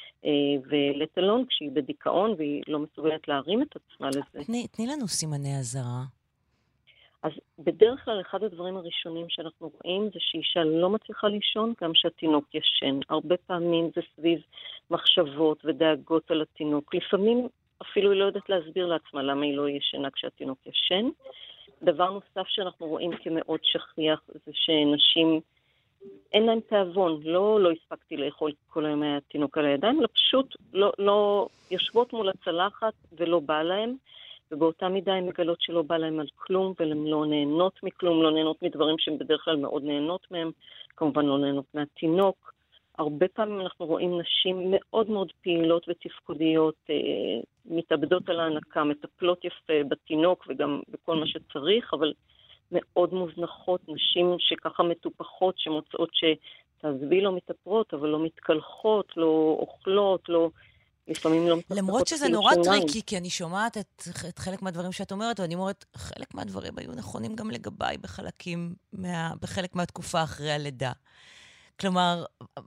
K: ולטלון כשהיא בדיכאון, והיא לא מסוגלת להרים את עצמה לזה.
C: תני, תני לנו סימני הזרה.
K: אז בדרך כלל אחד הדברים הראשונים שאנחנו רואים זה שאישה לא מצליחה לישון, גם שהתינוק ישן. הרבה פעמים זה סביב מחשבות ודאגות על התינוק. לפעמים אפילו היא לא יודעת להסביר לעצמה למה היא לא ישנה כשהתינוק ישן. דבר נוסף שאנחנו רואים כמאוד שכיח זה שנשים אין להם תאבון. לא, לא הספקתי לאכול כל היום התינוק על הידיים, אלא פשוט לא, לא יושבות מול הצלחת ולא בא להם. ובאותה מידה הן מגלות שלא בא להם על כלום, והן לא נהנות מכלום, לא נהנות מדברים שהן בדרך כלל מאוד נהנות מהם, כמובן לא נהנות מהתינוק. הרבה פעמים אנחנו רואים נשים מאוד מאוד פעילות ותפקודיות, אה, מתאבדות על ההנקה, מטפלות יפה בתינוק וגם בכל מה שצריך, אבל מאוד מוזנחות, נשים שככה מטופחות, שמוצאות שתעזבי לא מתאפרות, אבל לא מתקלחות, לא אוכלות, לא...
C: למרות שזה נורא טריקי, כי אני שומעת את, את חלק מהדברים שאת אומרת, ואני אומרת, חלק מהדברים היו נכונים גם לגביי בחלקים, מה, בחלק מהתקופה אחרי הלידה. כלומר,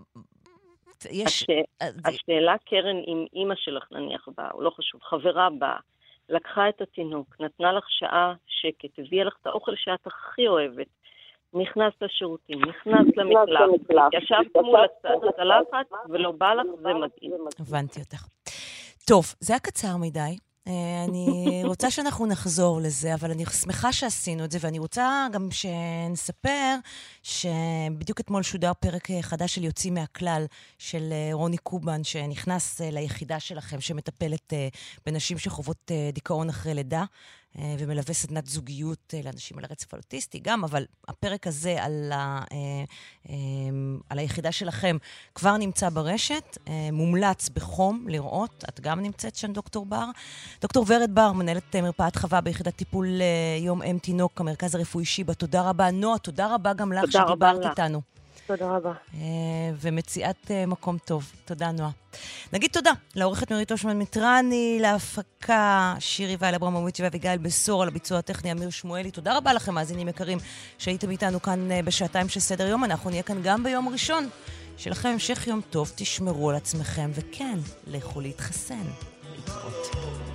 C: יש...
K: הש... השאלה, קרן, אם אימא שלך נניח באה, או לא חשוב, חברה באה, לקחה את התינוק, נתנה לך שעה שקט, הביאה לך את האוכל שאת הכי אוהבת, נכנס לשירותים, נכנס למקלט, ישבת מול הצלחת ולא בא לך, זה מדהים.
C: הבנתי אותך. טוב, זה היה קצר מדי. אני רוצה שאנחנו נחזור לזה, אבל אני שמחה שעשינו את זה, ואני רוצה גם שנספר שבדיוק אתמול שודר פרק חדש של יוצאים מהכלל, של רוני קובן, שנכנס ליחידה שלכם, שמטפלת בנשים שחוות דיכאון אחרי לידה, ומלווה סדנת זוגיות לאנשים על הרצף האוטיסטי גם, אבל הפרק הזה על, ה, על היחידה שלכם כבר נמצא ברשת, מומלץ בחום לראות, את גם נמצאת שם דוקטור בר. דוקטור ורד בר, מנהלת מרפאת חווה ביחידת טיפול יום אם תינוק, המרכז הרפואי שיבא, תודה רבה. נועה, תודה רבה גם לך שדיברת איתנו.
K: תודה רבה.
C: ומציאת מקום טוב. תודה, נועה. נגיד תודה לעורכת מירית אושמן מטרני, להפקה שירי ואל אברמוביץ' ואביגיל בסור, על הביצוע הטכני אמיר שמואלי. תודה רבה לכם, מאזינים יקרים, שהייתם איתנו כאן בשעתיים של סדר יום. אנחנו נהיה כאן גם ביום ראשון. שלכם המשך יום טוב, תשמרו על עצמכם, וכן, לכו להתחסן. להתראות.